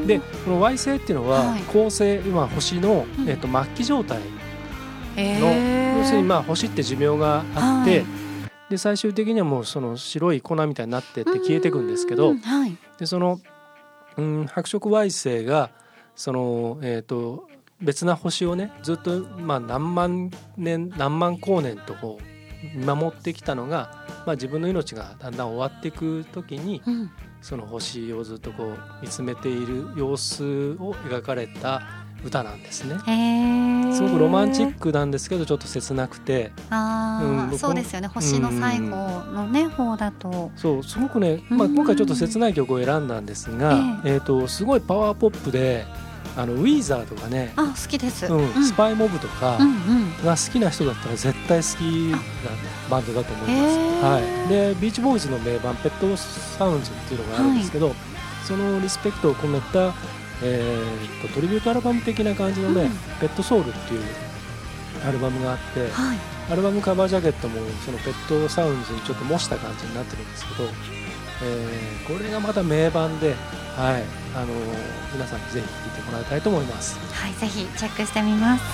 Speaker 2: でこの矮星っていうのは、はい、恒星、今星の、えー、と末期状態の、えー、要するにまあ星って寿命があって、はい、で最終的にはもうその白い粉みたいになってって消えていくんですけど、はい、でそのうん、白色矮星がその、えー、と別な星をねずっと、まあ、何万年何万光年とこう見守ってきたのが、まあ、自分の命がだんだん終わっていく時に、うん、その星をずっとこう見つめている様子を描かれた歌なんですね。すごくロマンチックなんですけどちょっと切なくて、
Speaker 1: あ、うん、そうですよね。星の最後のね、うん、方だと
Speaker 2: そうすごくね、まあ、今回ちょっと切ない曲を選んだんですが、えーえー、とすごいパワーポップであのウィーザーとかね、
Speaker 1: あ、好きです、
Speaker 2: うんうん、スパイモブとかが好きな人だったら絶対好きなバンドだと思います、はい、でビーチボーイズの名盤ペットサウンズっていうのがあるんですけど、はい、そのリスペクトを込めたえー、とトリビュートアルバム的な感じのね、うん、ペットソウルっていうアルバムがあって、はい、アルバムカバージャケットもそのペットサウンズにちょっと模した感じになってるんですけど、えー、これがまた名盤で、はい、あのー、皆さんにぜひ聴いてもらいたいと思います。
Speaker 1: はい、ぜひチェックしてみます。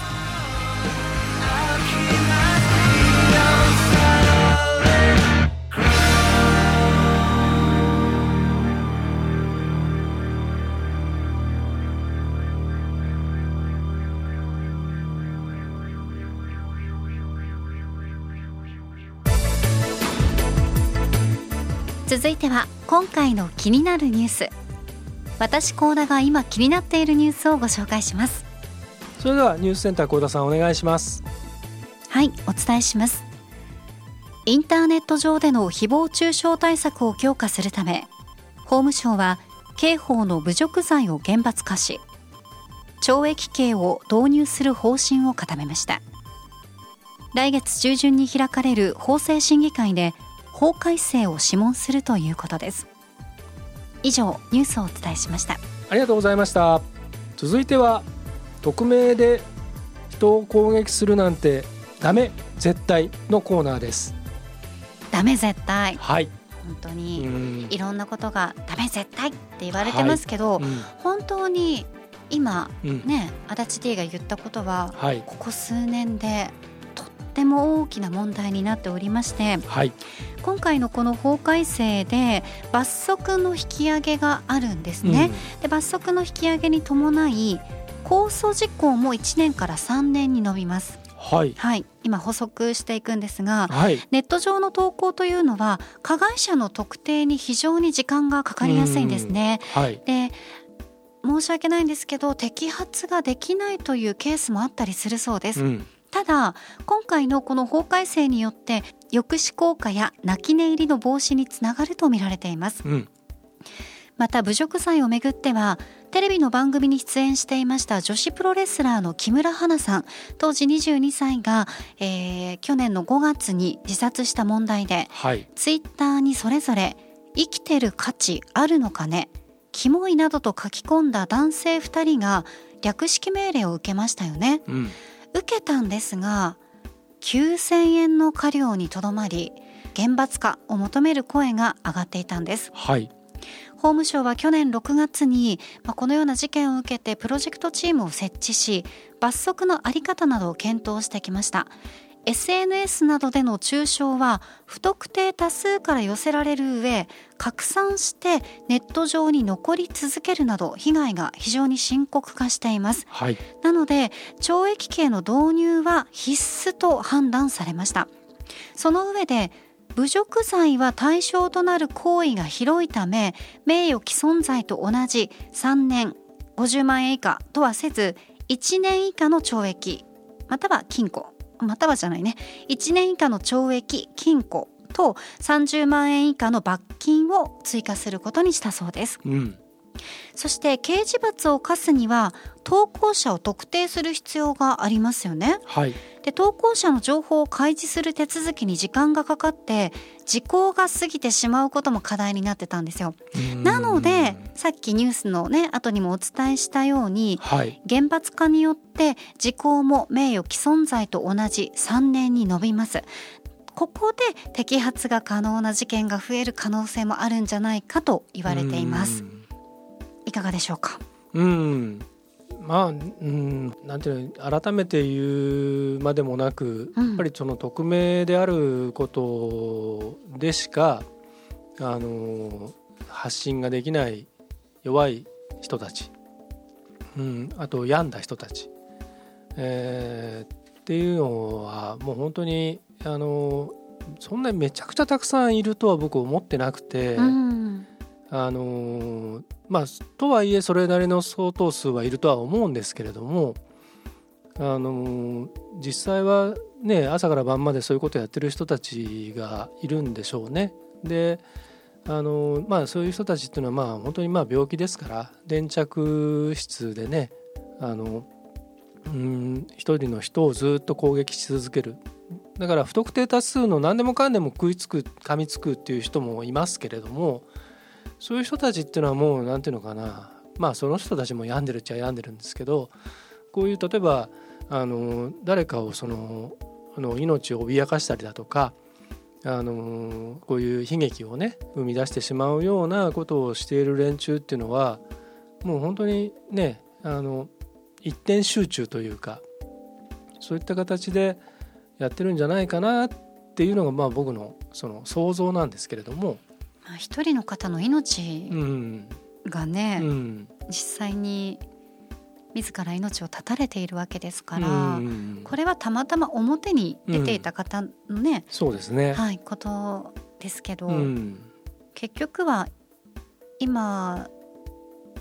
Speaker 1: 続いては今回の気になるニュース。 私高田が今気になっているニュースをご紹介します。
Speaker 2: それではニュースセンター高田さんお願いします。
Speaker 1: はい、お伝えします。インターネット上での誹謗中傷対策を強化するため、法務省は刑法の侮辱罪を厳罰化し、懲役刑を導入する方針を固めました。来月中旬に開かれる法制審議会で法改正を諮問するということです。以上、ニュースをお伝えしました。
Speaker 2: ありがとうございました。続いては、匿名で人を攻撃するなんてダメ絶対のコーナーです。
Speaker 1: ダメ絶対、
Speaker 2: はい、
Speaker 1: 本当にいろんなことがダメ絶対って言われてますけど、はい、うん、本当に今、うん、ね、足立 T が言ったことは、はい、ここ数年でとっても大きな問題になっておりまして、はい、今回のこの法改正で罰則の引き上げがあるんですね、うん、で罰則の引き上げに伴い公訴時効もいちねんからさんねんに延びます。はいはい、今補足していくんですが、はい、ネット上の投稿というのは加害者の特定に非常に時間がかかりやすいんですね、はい、で申し訳ないんですけど摘発ができないというケースもあったりするそうです、うん、ただ今回のこの法改正によって抑止効果や泣き寝入りの防止につながると見られています、うん、また侮辱罪をめぐってはテレビの番組に出演していました女子プロレスラーの木村花さん、当時にじゅうにさいが、えー、去年のごがつに自殺した問題で、はい、ツイッターにそれぞれ生きてる価値あるのかね、キモいなどと書き込んだ男性ふたりが略式命令を受けましたよね、うん、受けたんですがきゅうせんえんの科料にとどまり厳罰化を求める声が上がっていたんです、はい、法務省は去年ろくがつに、まあ、このような事件を受けてプロジェクトチームを設置し罰則の在り方などを検討してきました。 エスエヌエス などでの中傷は不特定多数から寄せられる上拡散してネット上に残り続けるなど被害が非常に深刻化しています、はい、なので懲役刑の導入は必須と判断されました。その上で侮辱罪は対象となる行為が広いため名誉毀損罪と同じさんねんごじゅうまんえん以下とはせずいちねん以下の懲役または禁錮またはじゃないねいちねん以下の懲役禁錮とさんじゅうまんえん以下の罰金を追加することにしたそうです、うん、そして刑事罰を科すには投稿者を特定する必要がありますよね、はい、で投稿者の情報を開示する手続きに時間がかかって時効が過ぎてしまうことも課題になってたんですよ。なのでさっきニュースのね後にもお伝えしたように、はい、厳罰化によって時効も名誉毀損罪と同じさんねんに延びます。ここで摘発が可能な事件が増える可能性もあるんじゃないかと言われています。いかがでしょうか。うん
Speaker 2: まあ、うん、なんていうの改めて言うまでもなく、うん、やっぱりその匿名であることでしかあの発信ができない弱い人たち、うん、あと病んだ人たち、えー、っていうのはもう本当にあのそんなにめちゃくちゃたくさんいるとは僕思ってなくて、うんあのまあ、とはいえそれなりの相当数はいるとは思うんですけれども、あの実際はね朝から晩までそういうことをやってる人たちがいるんでしょうね。であの、まあ、そういう人たちっていうのはまあ本当にまあ病気ですから粘着質でねあのうん一人の人をずっと攻撃し続ける。だから不特定多数の何でもかんでも食いつく噛みつくっていう人もいますけれども、そういう人たちっていうのはもうなんていうのかな、まあその人たちも病んでるっちゃ病んでるんですけど、こういう例えばあの誰かをそのあの命を脅かしたりだとかあのこういう悲劇をね生み出してしまうようなことをしている連中っていうのはもう本当にねあの一点集中というかそういった形でやってるんじゃないかなっていうのがまあ僕のその想像なんですけれども、
Speaker 1: 一人の方の命がね、うん、実際に自ら命を絶たれているわけですから、うん、これはたまたま表に出ていた方のね、
Speaker 2: うん、そうですね、
Speaker 1: はい、ことですけど、うん、結局は今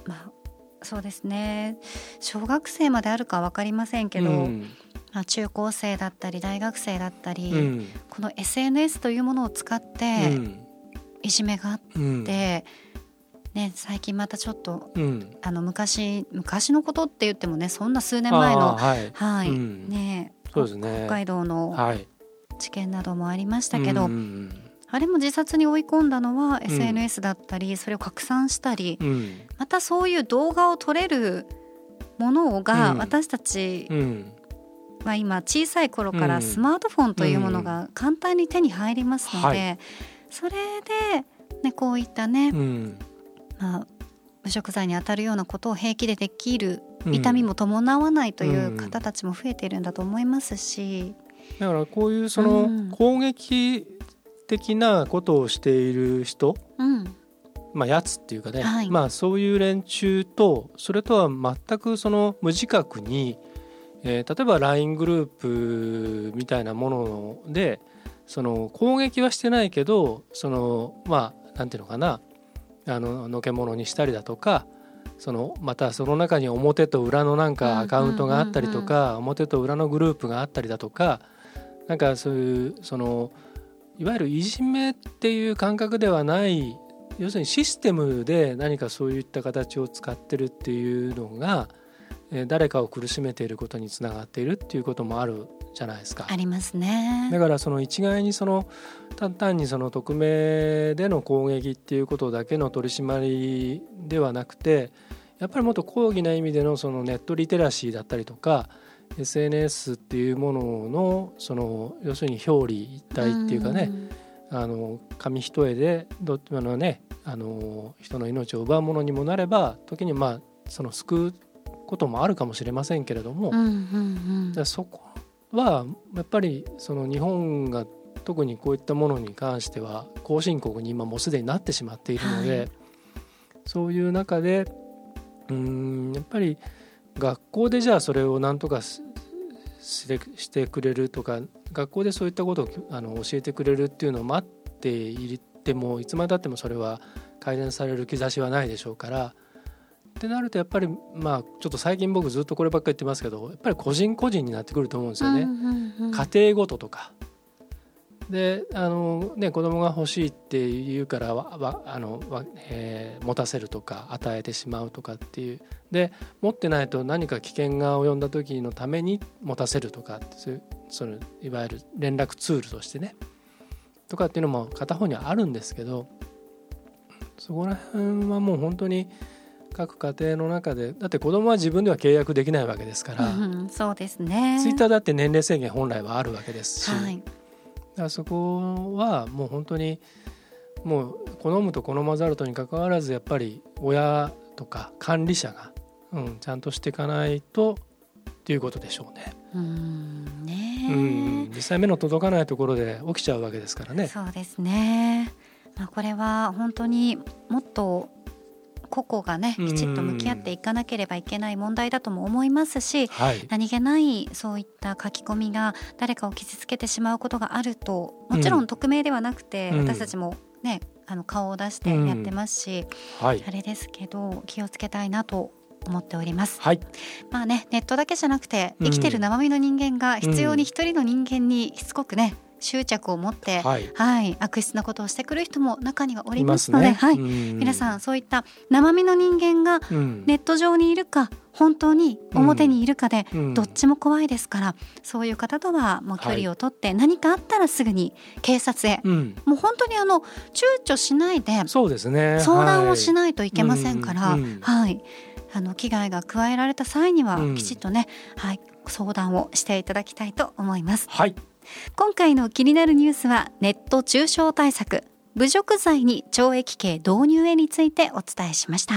Speaker 1: まあそうですね、小学生まであるか分かりませんけど、うんまあ、中高生だったり大学生だったり、うん、この エスエヌエス というものを使っていじめがあって、うんね、最近またちょっと、うん、あの 昔, 昔のことって言ってもねそんな数年前の、はいはいうんねそうですね、北海道の事件などもありましたけど、はいうんあれも自殺に追い込んだのは エスエヌエス だったり、うん、それを拡散したり、うん、またそういう動画を撮れるものが私たちは今小さい頃からスマートフォンというものが簡単に手に入りますので、うんはい、それで、ね、こういったね、うんまあ、侮辱罪に当たるようなことを平気でできる、痛みも伴わないという方たちも増えているんだと思いますし、
Speaker 2: だからこういうその攻撃的なことをしている人、うんまあ、やつっていうかね、はいまあ、そういう連中とそれとは全くその無自覚に、えー、例えば ライン グループみたいなものでその攻撃はしてないけどそのまあなんていうのかなあののけ者にしたりだとかそのまたその中に表と裏のなんかアカウントがあったりとか、表と裏のグループがあったりだとかなんかそういうそのいわゆるいじめっていう感覚ではない要するにシステムで何かそういった形を使ってるっていうのが誰かを苦しめていることにつながっているっていうこともあるじゃないですか。
Speaker 1: ありますね。
Speaker 2: だからその一概にその単にその匿名での攻撃っていうことだけの取り締まりではなくてやっぱりもっと広義な意味でのそのネットリテラシーだったりとかエスエヌエス っていうもののその要するに表裏一体っていうかね、うん、あの紙一重でどあの、ね、あの人の命を奪うものにもなれば時にまあその救うこともあるかもしれませんけれども、うんうんうん、そこはやっぱりその日本が特にこういったものに関しては後進国に今もうすでになってしまっているので、はい、そういう中でうーんやっぱり学校でじゃあそれを何とかしてくれるとか学校でそういったことをあの教えてくれるっていうのを待っていてもいつまでたってもそれは改善される兆しはないでしょうからってなるとやっぱりまあちょっと最近僕ずっとこればっかり言ってますけどやっぱり個人個人になってくると思うんですよね、うんうんうん、家庭ごととかであの、ね、子供が欲しいって言うからわあのわ、えー、持たせるとか与えてしまうとかっていうで持ってないと何か危険が及んだ時のために持たせるとかってそういうそのいわゆる連絡ツールとしてねとかっていうのも片方にはあるんですけどそこら辺はもう本当に各家庭の中でだって子供は自分では契約できないわけですから、
Speaker 1: うん、そうですね。
Speaker 2: ツイッターだって年齢制限本来はあるわけですし、はいだからそこはもう本当にもう好むと好まざるとにかかわらずやっぱり親とか管理者が、うん、ちゃんとしていかないとっていうことでしょうね。
Speaker 1: うんね
Speaker 2: うん実際目の届かないところで起きちゃうわけですからね。
Speaker 1: そうですね、まあ、これは本当にもっと個々がねきちっと向き合っていかなければいけない問題だとも思いますし、はい、何気ないそういった書き込みが誰かを傷つけてしまうことがあるともちろん匿名ではなくて、うん、私たちもねあの顔を出してやってますし、うんはい、あれですけど気をつけたいなと思っております、はいまあね、ネットだけじゃなくて生きてる生身の人間が必要に一人の人間にしつこくね執着を持って、はいはい、悪質なことをしてくる人も中にはおりますので、はい、皆さんそういった生身の人間がネット上にいるか、うん、本当に表にいるかで、うん、どっちも怖いですからそういう方とはもう距離を取って、はい、何かあったらすぐに警察へ、うん、もう本当にあの躊躇しないで
Speaker 2: そうですね、
Speaker 1: 相談をしないといけませんから、はいうんはい、あの危害が加えられた際にはきちっとね、うんはい、相談をしていただきたいと思います、はい今回の気になるニュースはネット中傷対策侮辱罪に懲役刑導入へについてお伝えしました。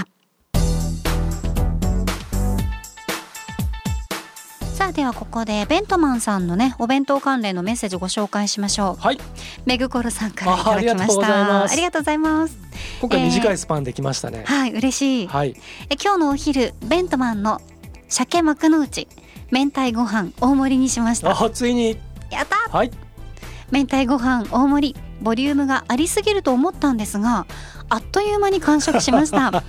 Speaker 1: さあではここでベントマンさんのねお弁当関連のメッセージをご紹介しましょう。はい、めぐころさんからいただきました。ありがとうございます。
Speaker 2: 今回短いスパンできましたね、
Speaker 1: えー、はい嬉しい、はい、え今日のお昼ベントマンの鮭幕の内明太ご飯大盛りにしました。
Speaker 2: あついに
Speaker 1: やった、はい、明太ご飯大盛りボリュームがありすぎると思ったんですがあっという間に完食しました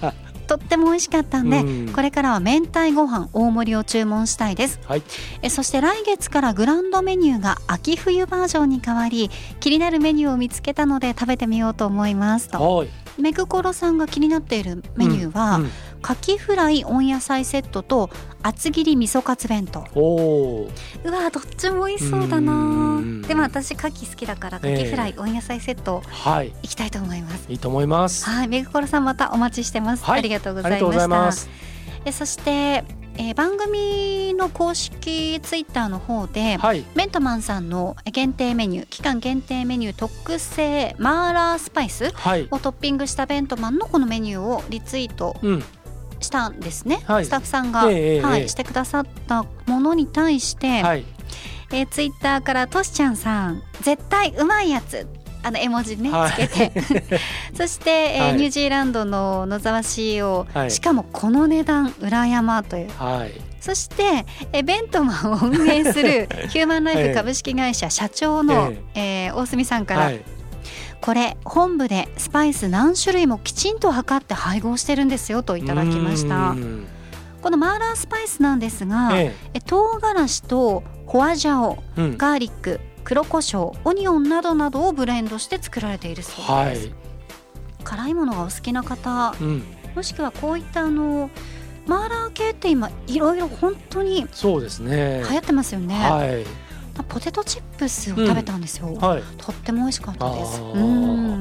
Speaker 1: とっても美味しかったんで、
Speaker 2: うん、
Speaker 1: これからは明太ご飯大盛りを注文したいです、
Speaker 2: はい、
Speaker 1: えそして来月からグランドメニューが秋冬バージョンに変わり、気になるメニューを見つけたので食べてみようと思いますと。
Speaker 2: はい、
Speaker 1: めぐころさんが気になっているメニューは、
Speaker 2: うんうん、
Speaker 1: カキフライ温野菜セットと厚切り味噌カツ弁当。
Speaker 2: お
Speaker 1: うわどっちも美味しそうだな。でも私カキ好きだからカキフライ温野菜セット、えー、はい、いきたいと思います。
Speaker 2: いいと思います。
Speaker 1: はい、めぐころさんまたお待ちしてます、はい、ありがとうございました。ありがとうございます。えそして、えー、番組の公式ツイッターの方で、はい、ベントマンさんの限定メニュー、期間限定メニュー特製マーラースパイスをトッピングしたベントマンのこのメニューをリツイート、うんしたんですね、はい、スタッフさんが、えーはい、してくださったものに対して、はい、えー、ツイッターからとしちゃんさん絶対うまいやつあの絵文字ね、はい、つけてそして、えーはい、ニュージーランドの野沢 シーイーオー、はい、しかもこの値段裏山という、はい、そしてえベントマンを運営するヒューマンライフ株式会社社長の、えーえー、大隅さんから、はい、これ本部でスパイス何種類もきちんと測って配合してるんですよといただきました。このマーラースパイスなんですが、ええ、唐辛子とホアジャオ、うん、ガーリック、黒胡椒、オニオンなどなどをブレンドして作られているそうです、はい、辛いものがお好きな方、うん、もしくはこういったあのマーラー系って今いろいろ本当にそうですね流行ってますよね、はい、ポテトチップスを食べたんですよ、うん、はい、とっても美味しかったです。うん、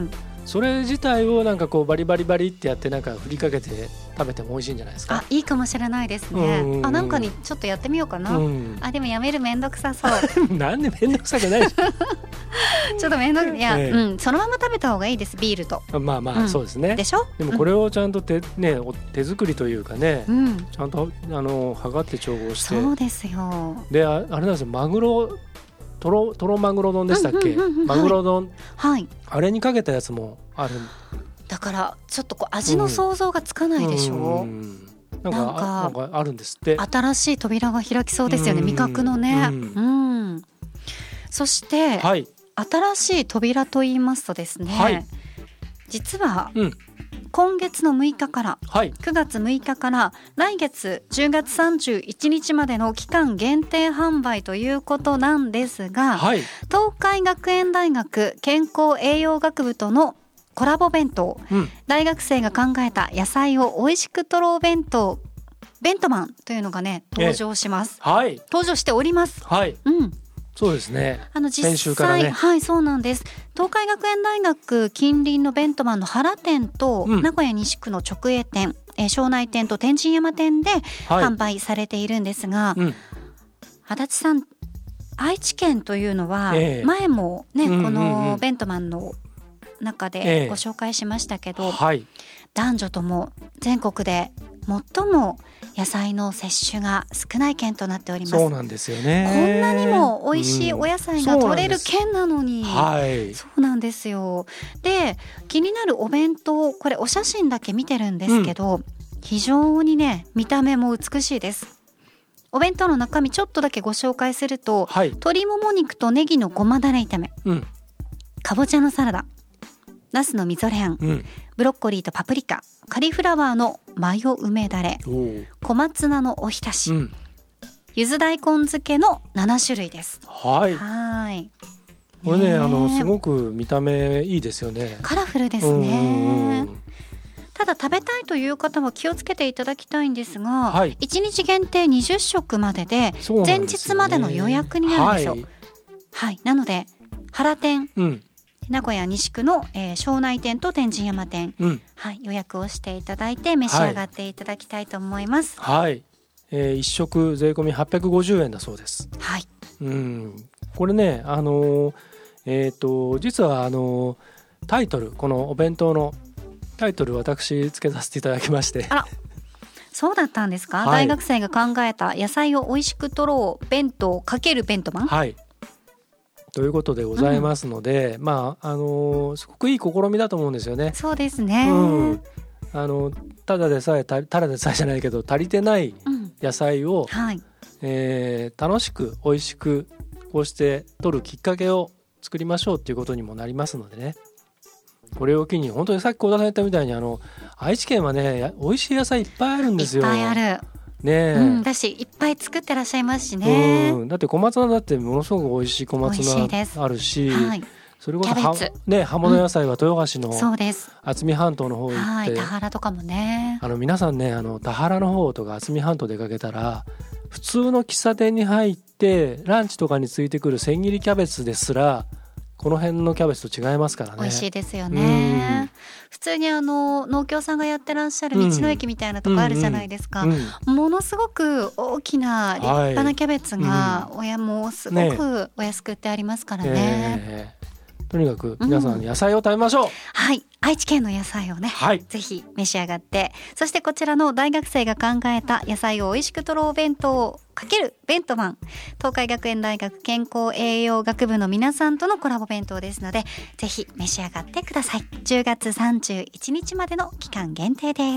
Speaker 2: それ自体をなんかこうバリバリバリってやってなんか振りかけて食べても美味しいんじゃないですか。
Speaker 1: あ、いいかもしれないですね、うんうん、あ、なんかにちょっとやってみようかな、うん、あ、でもやめるめんどくさそう
Speaker 2: なんでめんどくさくないち
Speaker 1: ょっとめんどくいや、ええ、うん、そのまま食べた方がいいです、ビールと。
Speaker 2: まあまあ、うん、そうですね。
Speaker 1: でしょ。
Speaker 2: でもこれをちゃんと手、ね、手作りというかね、うん、ちゃんとあの測って調合して、
Speaker 1: そうですよ。
Speaker 2: で あ, あれなんですよ、マグロトロトロマグロ丼でしたっけ、うんうんうんうん、マグロ丼、はい、あれにかけたやつもある。
Speaker 1: だからちょっとこう味の想像がつかないでしょ、うん、
Speaker 2: なんかなんかなんかあるんですって。
Speaker 1: 新しい扉が開きそうですよね、味覚のね、うんうん、そして、はい、新しい扉と言いますとですね、はい、実は、うん、今月のむいかから、はい、くがつむいかから来月じゅうがつさんじゅういちにちまでの期間限定販売ということなんですが、はい、東海学園大学健康栄養学部とのコラボ弁当、うん、大学生が考えた野菜を美味しくとろう弁当ベントマンというのがね登場します、はい、登場しております、はい、うん、
Speaker 2: そうですね。
Speaker 1: あの実際先週からね、はい、そうなんです。東海学園大学近隣のベントマンの原店と、うん、名古屋西区の直営店、えー、庄内店と天神山店で販売されているんですが、はい、うん、足立さん、愛知県というのは前もね、えー、このベントマンの中でご紹介しましたけど、えーはい、男女とも全国で最も野菜の摂取が少ない県となっております。
Speaker 2: そうなんですよね。
Speaker 1: こんなにも美味しいお野菜が取れる県なのに、うん、そうなんです、はい、そうなんですよ。で、気になるお弁当、これお写真だけ見てるんですけど、うん、非常にね見た目も美しいです。お弁当の中身ちょっとだけご紹介すると、はい、鶏もも肉とネギのごまだれ炒め、うん、かぼちゃのサラダ、ナスのみぞれあん、うん、ブロッコリーとパプリカ、カリフラワーのマヨ梅だれ、小松菜のおひたし、うん、ゆず大根漬けのななしゅるいです。
Speaker 2: はい、はい、これね、あのすごく見た目いいですよね。
Speaker 1: カラフルですね。ただ食べたいという方は気をつけていただきたいんですが、はい、いちにち限定にじゅっしょくまでで前日までの予約になるんですよ。はい、はい、なので原店、うん、名古屋西区の、えー、庄内店と天神山店、うん、はい、予約をしていただいて召し上がっていただきたいと思います。
Speaker 2: はい、はい、えー、いっしょく税込みはっぴゃくごじゅうえんだそうです。はい、うん、これね、あのーえー、と実はあのー、タイトル、このお弁当のタイトル私つけさせていただきまして。
Speaker 1: あら、そうだったんですか、はい、大学生が考えた野菜を美味しくとろう弁当×ベントマン、はい、
Speaker 2: ということでございますので、うん、まああのー、すごくいい試みだと思うんですよね。
Speaker 1: そうですね、うん、
Speaker 2: あのただでさえただでさえじゃないけど足りてない野菜を、うん、はい、えー、楽しく美味しくこうして取るきっかけを作りましょうっていうことにもなりますのでね、これを機に本当にさっき小田さん言ったみたいにあの愛知県はね美味しい野菜いっぱいあるんですよ。
Speaker 1: いっぱいある
Speaker 2: ねえ、
Speaker 1: うん、だしいっぱい作ってらっしゃいますしね。
Speaker 2: うん、だって小松菜だってものすごく美味しい小松菜あるし、はい、それこそは、ね、葉物野菜は豊橋の渥美半島の方行って、
Speaker 1: はい、田原とかもね、
Speaker 2: あの皆さんねあの田原の方とか渥美半島出かけたら普通の喫茶店に入ってランチとかについてくる千切りキャベツですらこの辺のキャベツと違いますからね。
Speaker 1: 美味しいですよね。普通にあの農協さんがやってらっしゃる道の駅みたいなとこあるじゃないですか、うんうんうん、ものすごく大きな立派なキャベツが親もすごくお安く売ってありますからね、
Speaker 2: ねえーとにかく皆さん野菜を食べましょう、うん、
Speaker 1: はい愛知県の野菜をね、はい、ぜひ召し上がって、そしてこちらの大学生が考えた野菜を美味しくとろう弁当をかける弁当マン、東海学園大学健康栄養学部の皆さんとのコラボ弁当ですのでぜひ召し上がってください。じゅうがつさんじゅういちにちまでの期間限定です。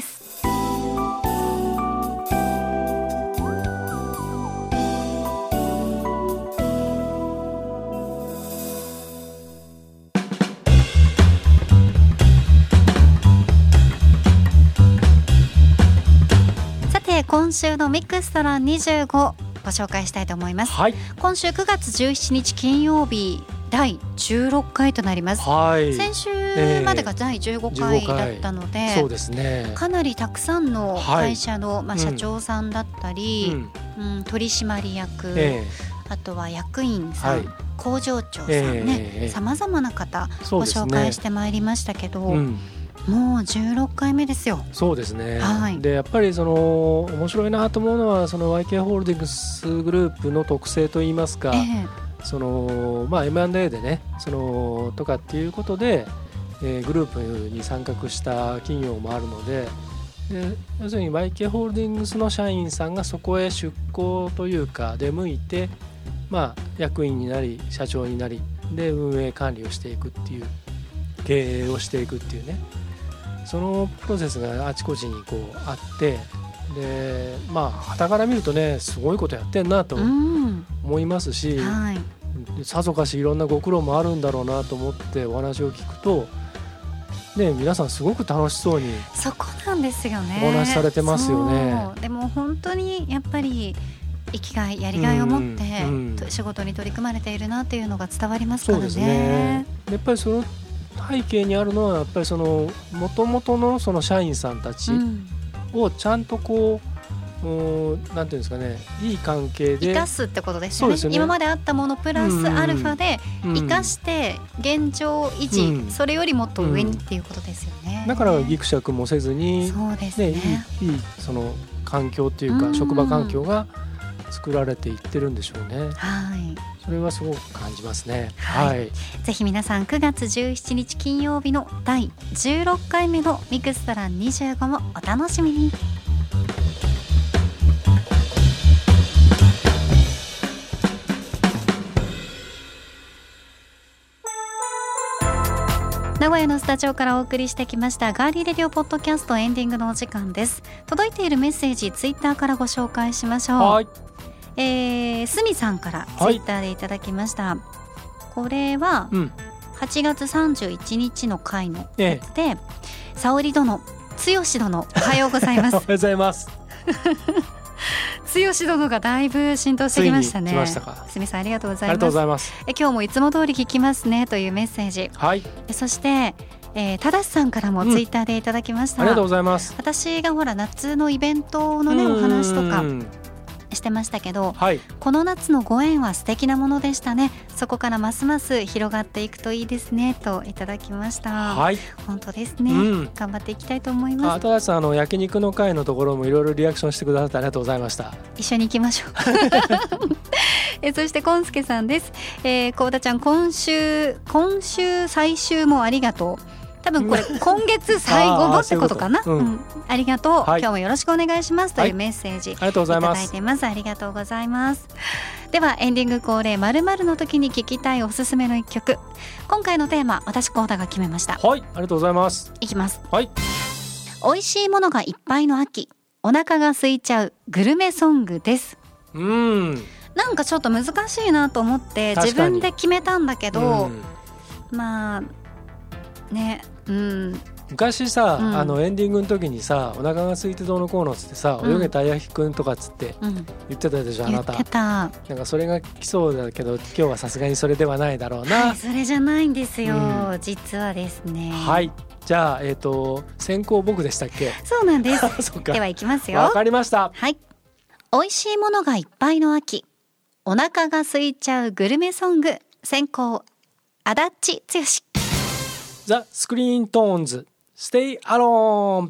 Speaker 1: 今週のミクストランにじゅうごご紹介したいと思います、はい、今週くがつじゅうしちにち金曜日だいじゅうろっかいとなります、はい、先週までがだいじゅうごかいだったので、えーそうですね、かなりたくさんの会社の、はいまあ、社長さんだったり、うんうん、取締役、えー、あとは役員さん、はい、工場長さんねさまざまな方ご紹介してまいりましたけど、うんもうじゅうろっかいめですよ。
Speaker 2: そうですね、はい、でやっぱりその面白いなと思うのはその ワイケー ホールディングスグループの特性といいますか、えーそのまあ、エムアンドエー でねそのとかっていうことで、えー、グループに参画した企業もあるので、で要するに ワイケー ホールディングスの社員さんがそこへ出向というか出向いて、まあ、役員になり社長になりで運営管理をしていくっていう経営をしていくっていうねそのプロセスがあちこちにこうあってでまあ傍から見るとねすごいことやってんなと思いますし、うんはい、さぞかしいろんなご苦労もあるんだろうなと思ってお話を聞くと、ね、皆さんすごく楽しそうに
Speaker 1: そこなんですよね
Speaker 2: お話しされてますよね。
Speaker 1: でも本当にやっぱり生きがいやりがいを持って仕事に取り組まれているなっていうのが伝わりますからね。そうですね。
Speaker 2: やっぱりその背景にあるのはやっぱりその元々のその社員さんたちをちゃんとこう、うん、なんていうんですかねいい関係で
Speaker 1: 生かすってことですよね。よね今まであったものプラスアルファで生かして現状維持、うん、それよりもっと上にっていうことですよね、
Speaker 2: うん、だからギクシャクもせずに
Speaker 1: そうですね、
Speaker 2: ね、いい、いいその環境っていうか、うん、職場環境が作られていってるんでしょうね。はい、それはすごく感じますね、
Speaker 1: はいはい、ぜひ皆さんくがつじゅうしちにち金曜日のだいじゅうろっかいめのミクストランにじゅうごもお楽しみに。名古屋のスタジオからお送りしてきましたガーリーレディオポッドキャストエンディングのお時間です。届いているメッセージツイッターからご紹介しましょう。はい、えー、すみさんからツイッターでいただきました、はい、これははちがつさんじゅういちにちの回のやつで、ええ、沙織殿、剛殿おはようございます
Speaker 2: おはようございます
Speaker 1: 剛殿がだいぶ浸透してきましたね。
Speaker 2: ついに来ましたか。
Speaker 1: すみさんありがとうございます。
Speaker 2: ありがとうございます。
Speaker 1: え今日もいつも通り聞きますねというメッセージ、はい、そして、えー、ただしさんからもツイッターでいただきました、
Speaker 2: うん、ありがとうございます。
Speaker 1: 私がほら夏のイベントのねお話とかしてましたけど、はい、この夏のご縁は素敵なものでしたね。そこからますます広がっていくといいですねといただきました、はい、本当ですね、うん、頑張っていきたいと思います。
Speaker 2: あ、ただしさんあの焼肉の会のところもいろいろリアクションしてくださってありがとうございました。
Speaker 1: 一緒に行きましょうえそしてこんすけさんです。えー、こうだちゃん今週今週最終もありがとう。多分これ今月最後もってことかな。あ, うううん、ありがとう、はい、今日もよろしくお願いしますというメッセージ、はい、ありがとうございます。いただいてます。ありがとうございます。ではエンディング恒例〇〇の時に聴きたいおすすめの一曲、今回のテーマ私コーダが決めました。
Speaker 2: はい、ありがとうございます。
Speaker 1: いきます。
Speaker 2: はい、
Speaker 1: 美味しいものがいっぱいの秋、お腹が空いちゃうグルメソングです。
Speaker 2: うーん、
Speaker 1: なんかちょっと難しいなと思って自分で決めたんだけど、まあね、うん、
Speaker 2: 昔さ、
Speaker 1: うん
Speaker 2: あのエンディングの時にさお腹が空いてどうのこうのっつってさ、
Speaker 1: うん
Speaker 2: 泳げたいやきくんとかっつって
Speaker 1: うん、
Speaker 2: 言ってたでしょ、あ
Speaker 1: 言
Speaker 2: なた。
Speaker 1: ってた。
Speaker 2: なんかそれが来そうだけど今日はさすがにそれではないだろうな。
Speaker 1: はい、それじゃないんですよ、
Speaker 2: う
Speaker 1: 実はですね。
Speaker 2: はい、じゃあ、えー、と先行僕でしたっけ？
Speaker 1: そうなんです
Speaker 2: そっか。
Speaker 1: ではいきますよ。
Speaker 2: わかりました。
Speaker 1: はい。美味しいものがいっぱいの秋、お腹が空いちゃうグルメソング、先行足立剛。
Speaker 2: ザ・スクリーントーンズ Stay Alone。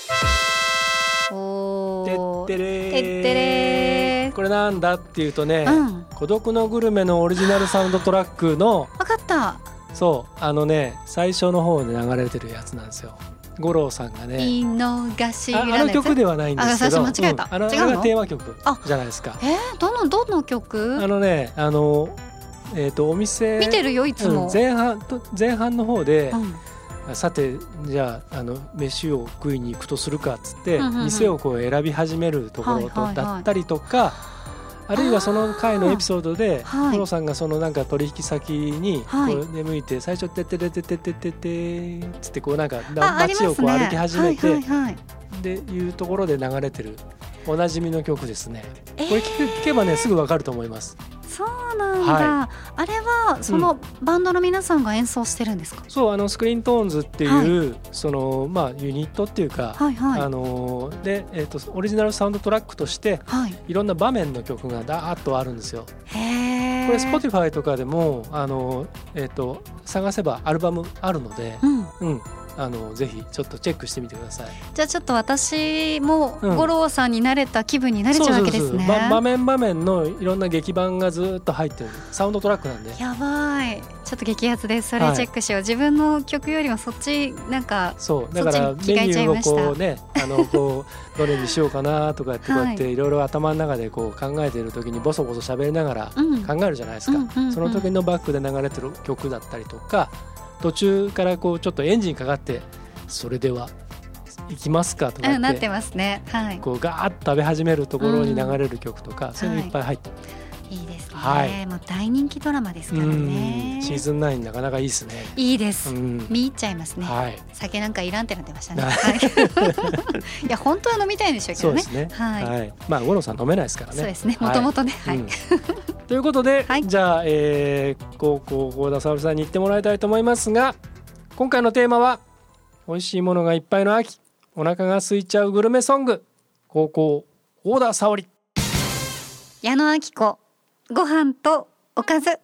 Speaker 1: お
Speaker 2: て
Speaker 1: ー
Speaker 2: ってれー
Speaker 1: てってれー。
Speaker 2: これなんだっていうとね、
Speaker 1: うん、
Speaker 2: 孤独のグルメのオリジナルサウンドトラックの
Speaker 1: わかった。
Speaker 2: そうあのね最初の方で流れてるやつなんですよ。五郎さんがね、
Speaker 1: 井の頭
Speaker 2: ああの曲ではないんですけど、
Speaker 1: あ最初間違えた
Speaker 2: うんあの
Speaker 1: 違うの
Speaker 2: あれがテーマ曲じゃないですか。
Speaker 1: えー、どのどの曲？
Speaker 2: あのねあのえっ、とお店
Speaker 1: 見てるよいつも。
Speaker 2: うん前半と前半の方で、
Speaker 1: うん、
Speaker 2: さてじゃああの飯を食いに行くとするかっつって、
Speaker 1: うんうんうん
Speaker 2: 店をこう選び始めるところと、
Speaker 1: はいはいはい
Speaker 2: だったりとか、あるいはその回のエピソードで
Speaker 1: はい
Speaker 2: 五郎さんがそのなんか取引先にこ
Speaker 1: はいう
Speaker 2: 出向いて最初「てってれててててて」っつってこうなんか
Speaker 1: あありますね。
Speaker 2: 街をこう歩き始めて
Speaker 1: はいはいはい、
Speaker 2: でいうところで流れてるおなじみの曲ですね。
Speaker 1: えー
Speaker 2: これ聞け聞けばねすぐわかると思います。
Speaker 1: そうなんだ、
Speaker 2: は
Speaker 1: あれはそのバンドの皆さんが演奏してるんですか？
Speaker 2: そうあのスクリーントーンズっていう、そのまあユニットっていうか、
Speaker 1: はいはい
Speaker 2: あのでえっ、とオリジナルサウンドトラックとして
Speaker 1: はい。
Speaker 2: いろんな場面の曲がダーッとあるんですよ。
Speaker 1: へえ。
Speaker 2: これ Spotify とかでもあの、えー、と探せばアルバムあるので、
Speaker 1: うん。
Speaker 2: うん、あのぜひちょっとチェックしてみてください。
Speaker 1: じゃあちょっと私も
Speaker 2: うん
Speaker 1: 五郎さんになれた気分になれちゃうわけですね。
Speaker 2: そうそうそうば場面場面のいろんな劇版がずっと入ってるサウンドトラックなんで。
Speaker 1: やばい。ちょっと激アツです。それチェックしよう。自分の曲よりもそっちなんか
Speaker 2: そうだから
Speaker 1: そっちに着替え
Speaker 2: メニューを
Speaker 1: ちゃいました
Speaker 2: こうねあのこうどれにしようかなとかってこうやっていろいろ頭の中でこう考えている時にボソボソ喋りながら
Speaker 1: うん
Speaker 2: 考えるじゃないですか、
Speaker 1: うんうんうん
Speaker 2: その時のバックで流れてる曲だったりとか途中からこうちょっとエンジンかかってそれでは行きますかとか
Speaker 1: うんなっ
Speaker 2: って
Speaker 1: てますね。はい。
Speaker 2: こうガーッと食べ始めるところに流れる曲とか、そういうのいっぱい入ってる、
Speaker 1: いいですね。
Speaker 2: はい
Speaker 1: もう大人気ドラマですから
Speaker 2: うん
Speaker 1: ね。
Speaker 2: シーズンナインなかなかいいですね。
Speaker 1: いいです。
Speaker 2: うん
Speaker 1: 見入っちゃいますね。
Speaker 2: はい
Speaker 1: 酒なんかいらんってなってましたね。
Speaker 2: は
Speaker 1: はいいや本当は飲みたいんでしょうけどね。
Speaker 2: そうですね。
Speaker 1: はい。
Speaker 2: まあ五郎さん飲めないですからね。
Speaker 1: そうですね。
Speaker 2: はい
Speaker 1: もともとね。はい。
Speaker 2: うんということで、
Speaker 1: はい
Speaker 2: じゃあ、えー、高校幸田沙織さんに言ってもらいたいと思いますが、今回のテーマは美味しいものがいっぱいの秋、お腹が空いちゃうグルメソング、高校幸田沙織。
Speaker 1: 矢野明子ご飯とおかず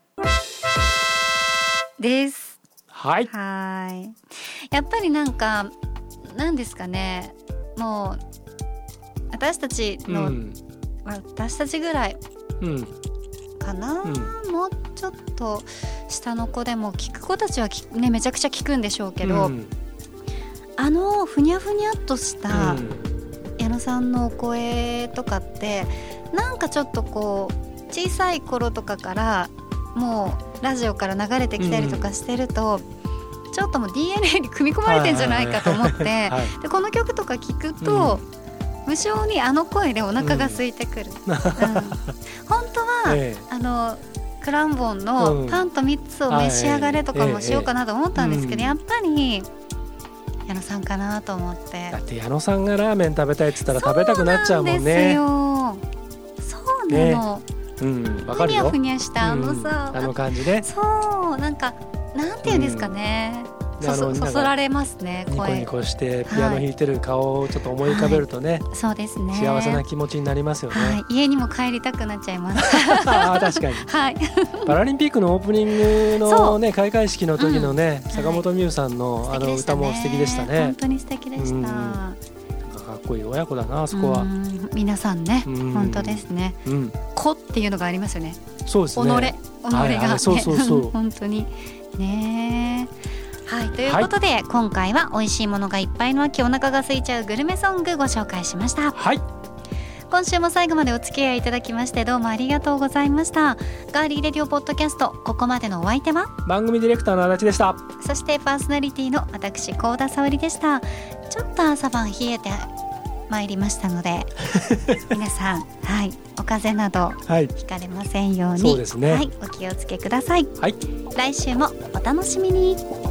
Speaker 1: です。
Speaker 2: はい。
Speaker 1: はい。やっぱりなんかなんですかね。もう私たちの、
Speaker 2: うん
Speaker 1: 私たちぐらい
Speaker 2: うん
Speaker 1: かな、
Speaker 2: うん
Speaker 1: もうちょっと下の子でも聞く子たちはき、ね、めちゃくちゃ聞くんでしょうけど、
Speaker 2: うん
Speaker 1: あのふにゃふにゃっとした
Speaker 2: うん
Speaker 1: 矢野さんのお声とかってなんかちょっとこう小さい頃とかからもうラジオから流れてきたりとかしてると、うん、ちょっともう ディーエヌエー に組み込まれてんじゃないかと思って、でこの曲とか聞くと、うん、無性にあの声でお腹が空いてくる、うんうん、本当は、ええ、あのクランボンのパンとみっつを召し上がれとかもしようかなと思ったんですけど、やっぱり矢野さんかなと思って。
Speaker 2: だって矢野さんがラーメン食べたいって言ったら食べたくなっちゃうもんね。
Speaker 1: そうなの、
Speaker 2: ね、うん、わかるよ。
Speaker 1: ふにゃふにゃしたあのさ、
Speaker 2: うん、あの感じね。
Speaker 1: そうなんかなんていうんですかね、うん、そ, そ, そそられますね。
Speaker 2: ニコニコしてピアノ弾いてる顔をちょっと思い浮かべるとね、
Speaker 1: はい、そうですね、
Speaker 2: 幸せな気持ちになりますよね、
Speaker 1: はい、家にも帰りたくなっちゃいます
Speaker 2: あ確かに、
Speaker 1: はい、
Speaker 2: パラリンピックのオープニングの、ね、開会式の時のね、うん、坂本美羽さんの、はい、あの歌も素敵でしたね。
Speaker 1: 本当に素敵でした、うん、
Speaker 2: かっこいい親子だなあそこは。
Speaker 1: 皆さんね、本当ですね、うん、子っていうのがありますよね。
Speaker 2: そうですね、
Speaker 1: 己己が、ね、はいはい、
Speaker 2: そうそうそう
Speaker 1: 本当にね。はい、ということで、はい、今回は美味しいものがいっぱいの秋、お腹が空いちゃうグルメソングご紹介しました。
Speaker 2: はい、
Speaker 1: 今週も最後までお付き合いいただきましてどうもありがとうございました。ガーリーレディオポッドキャスト、ここまでのお相手は
Speaker 2: 番組ディレクターの足立でした。
Speaker 1: そしてパーソナリティの私幸田沙織でした。ちょっと朝晩冷えて参りましたので皆さん、はい、お風邪などひかれませんように、
Speaker 2: そうですね、
Speaker 1: はい、お気をつけください、
Speaker 2: はい、
Speaker 1: 来週もお楽しみに。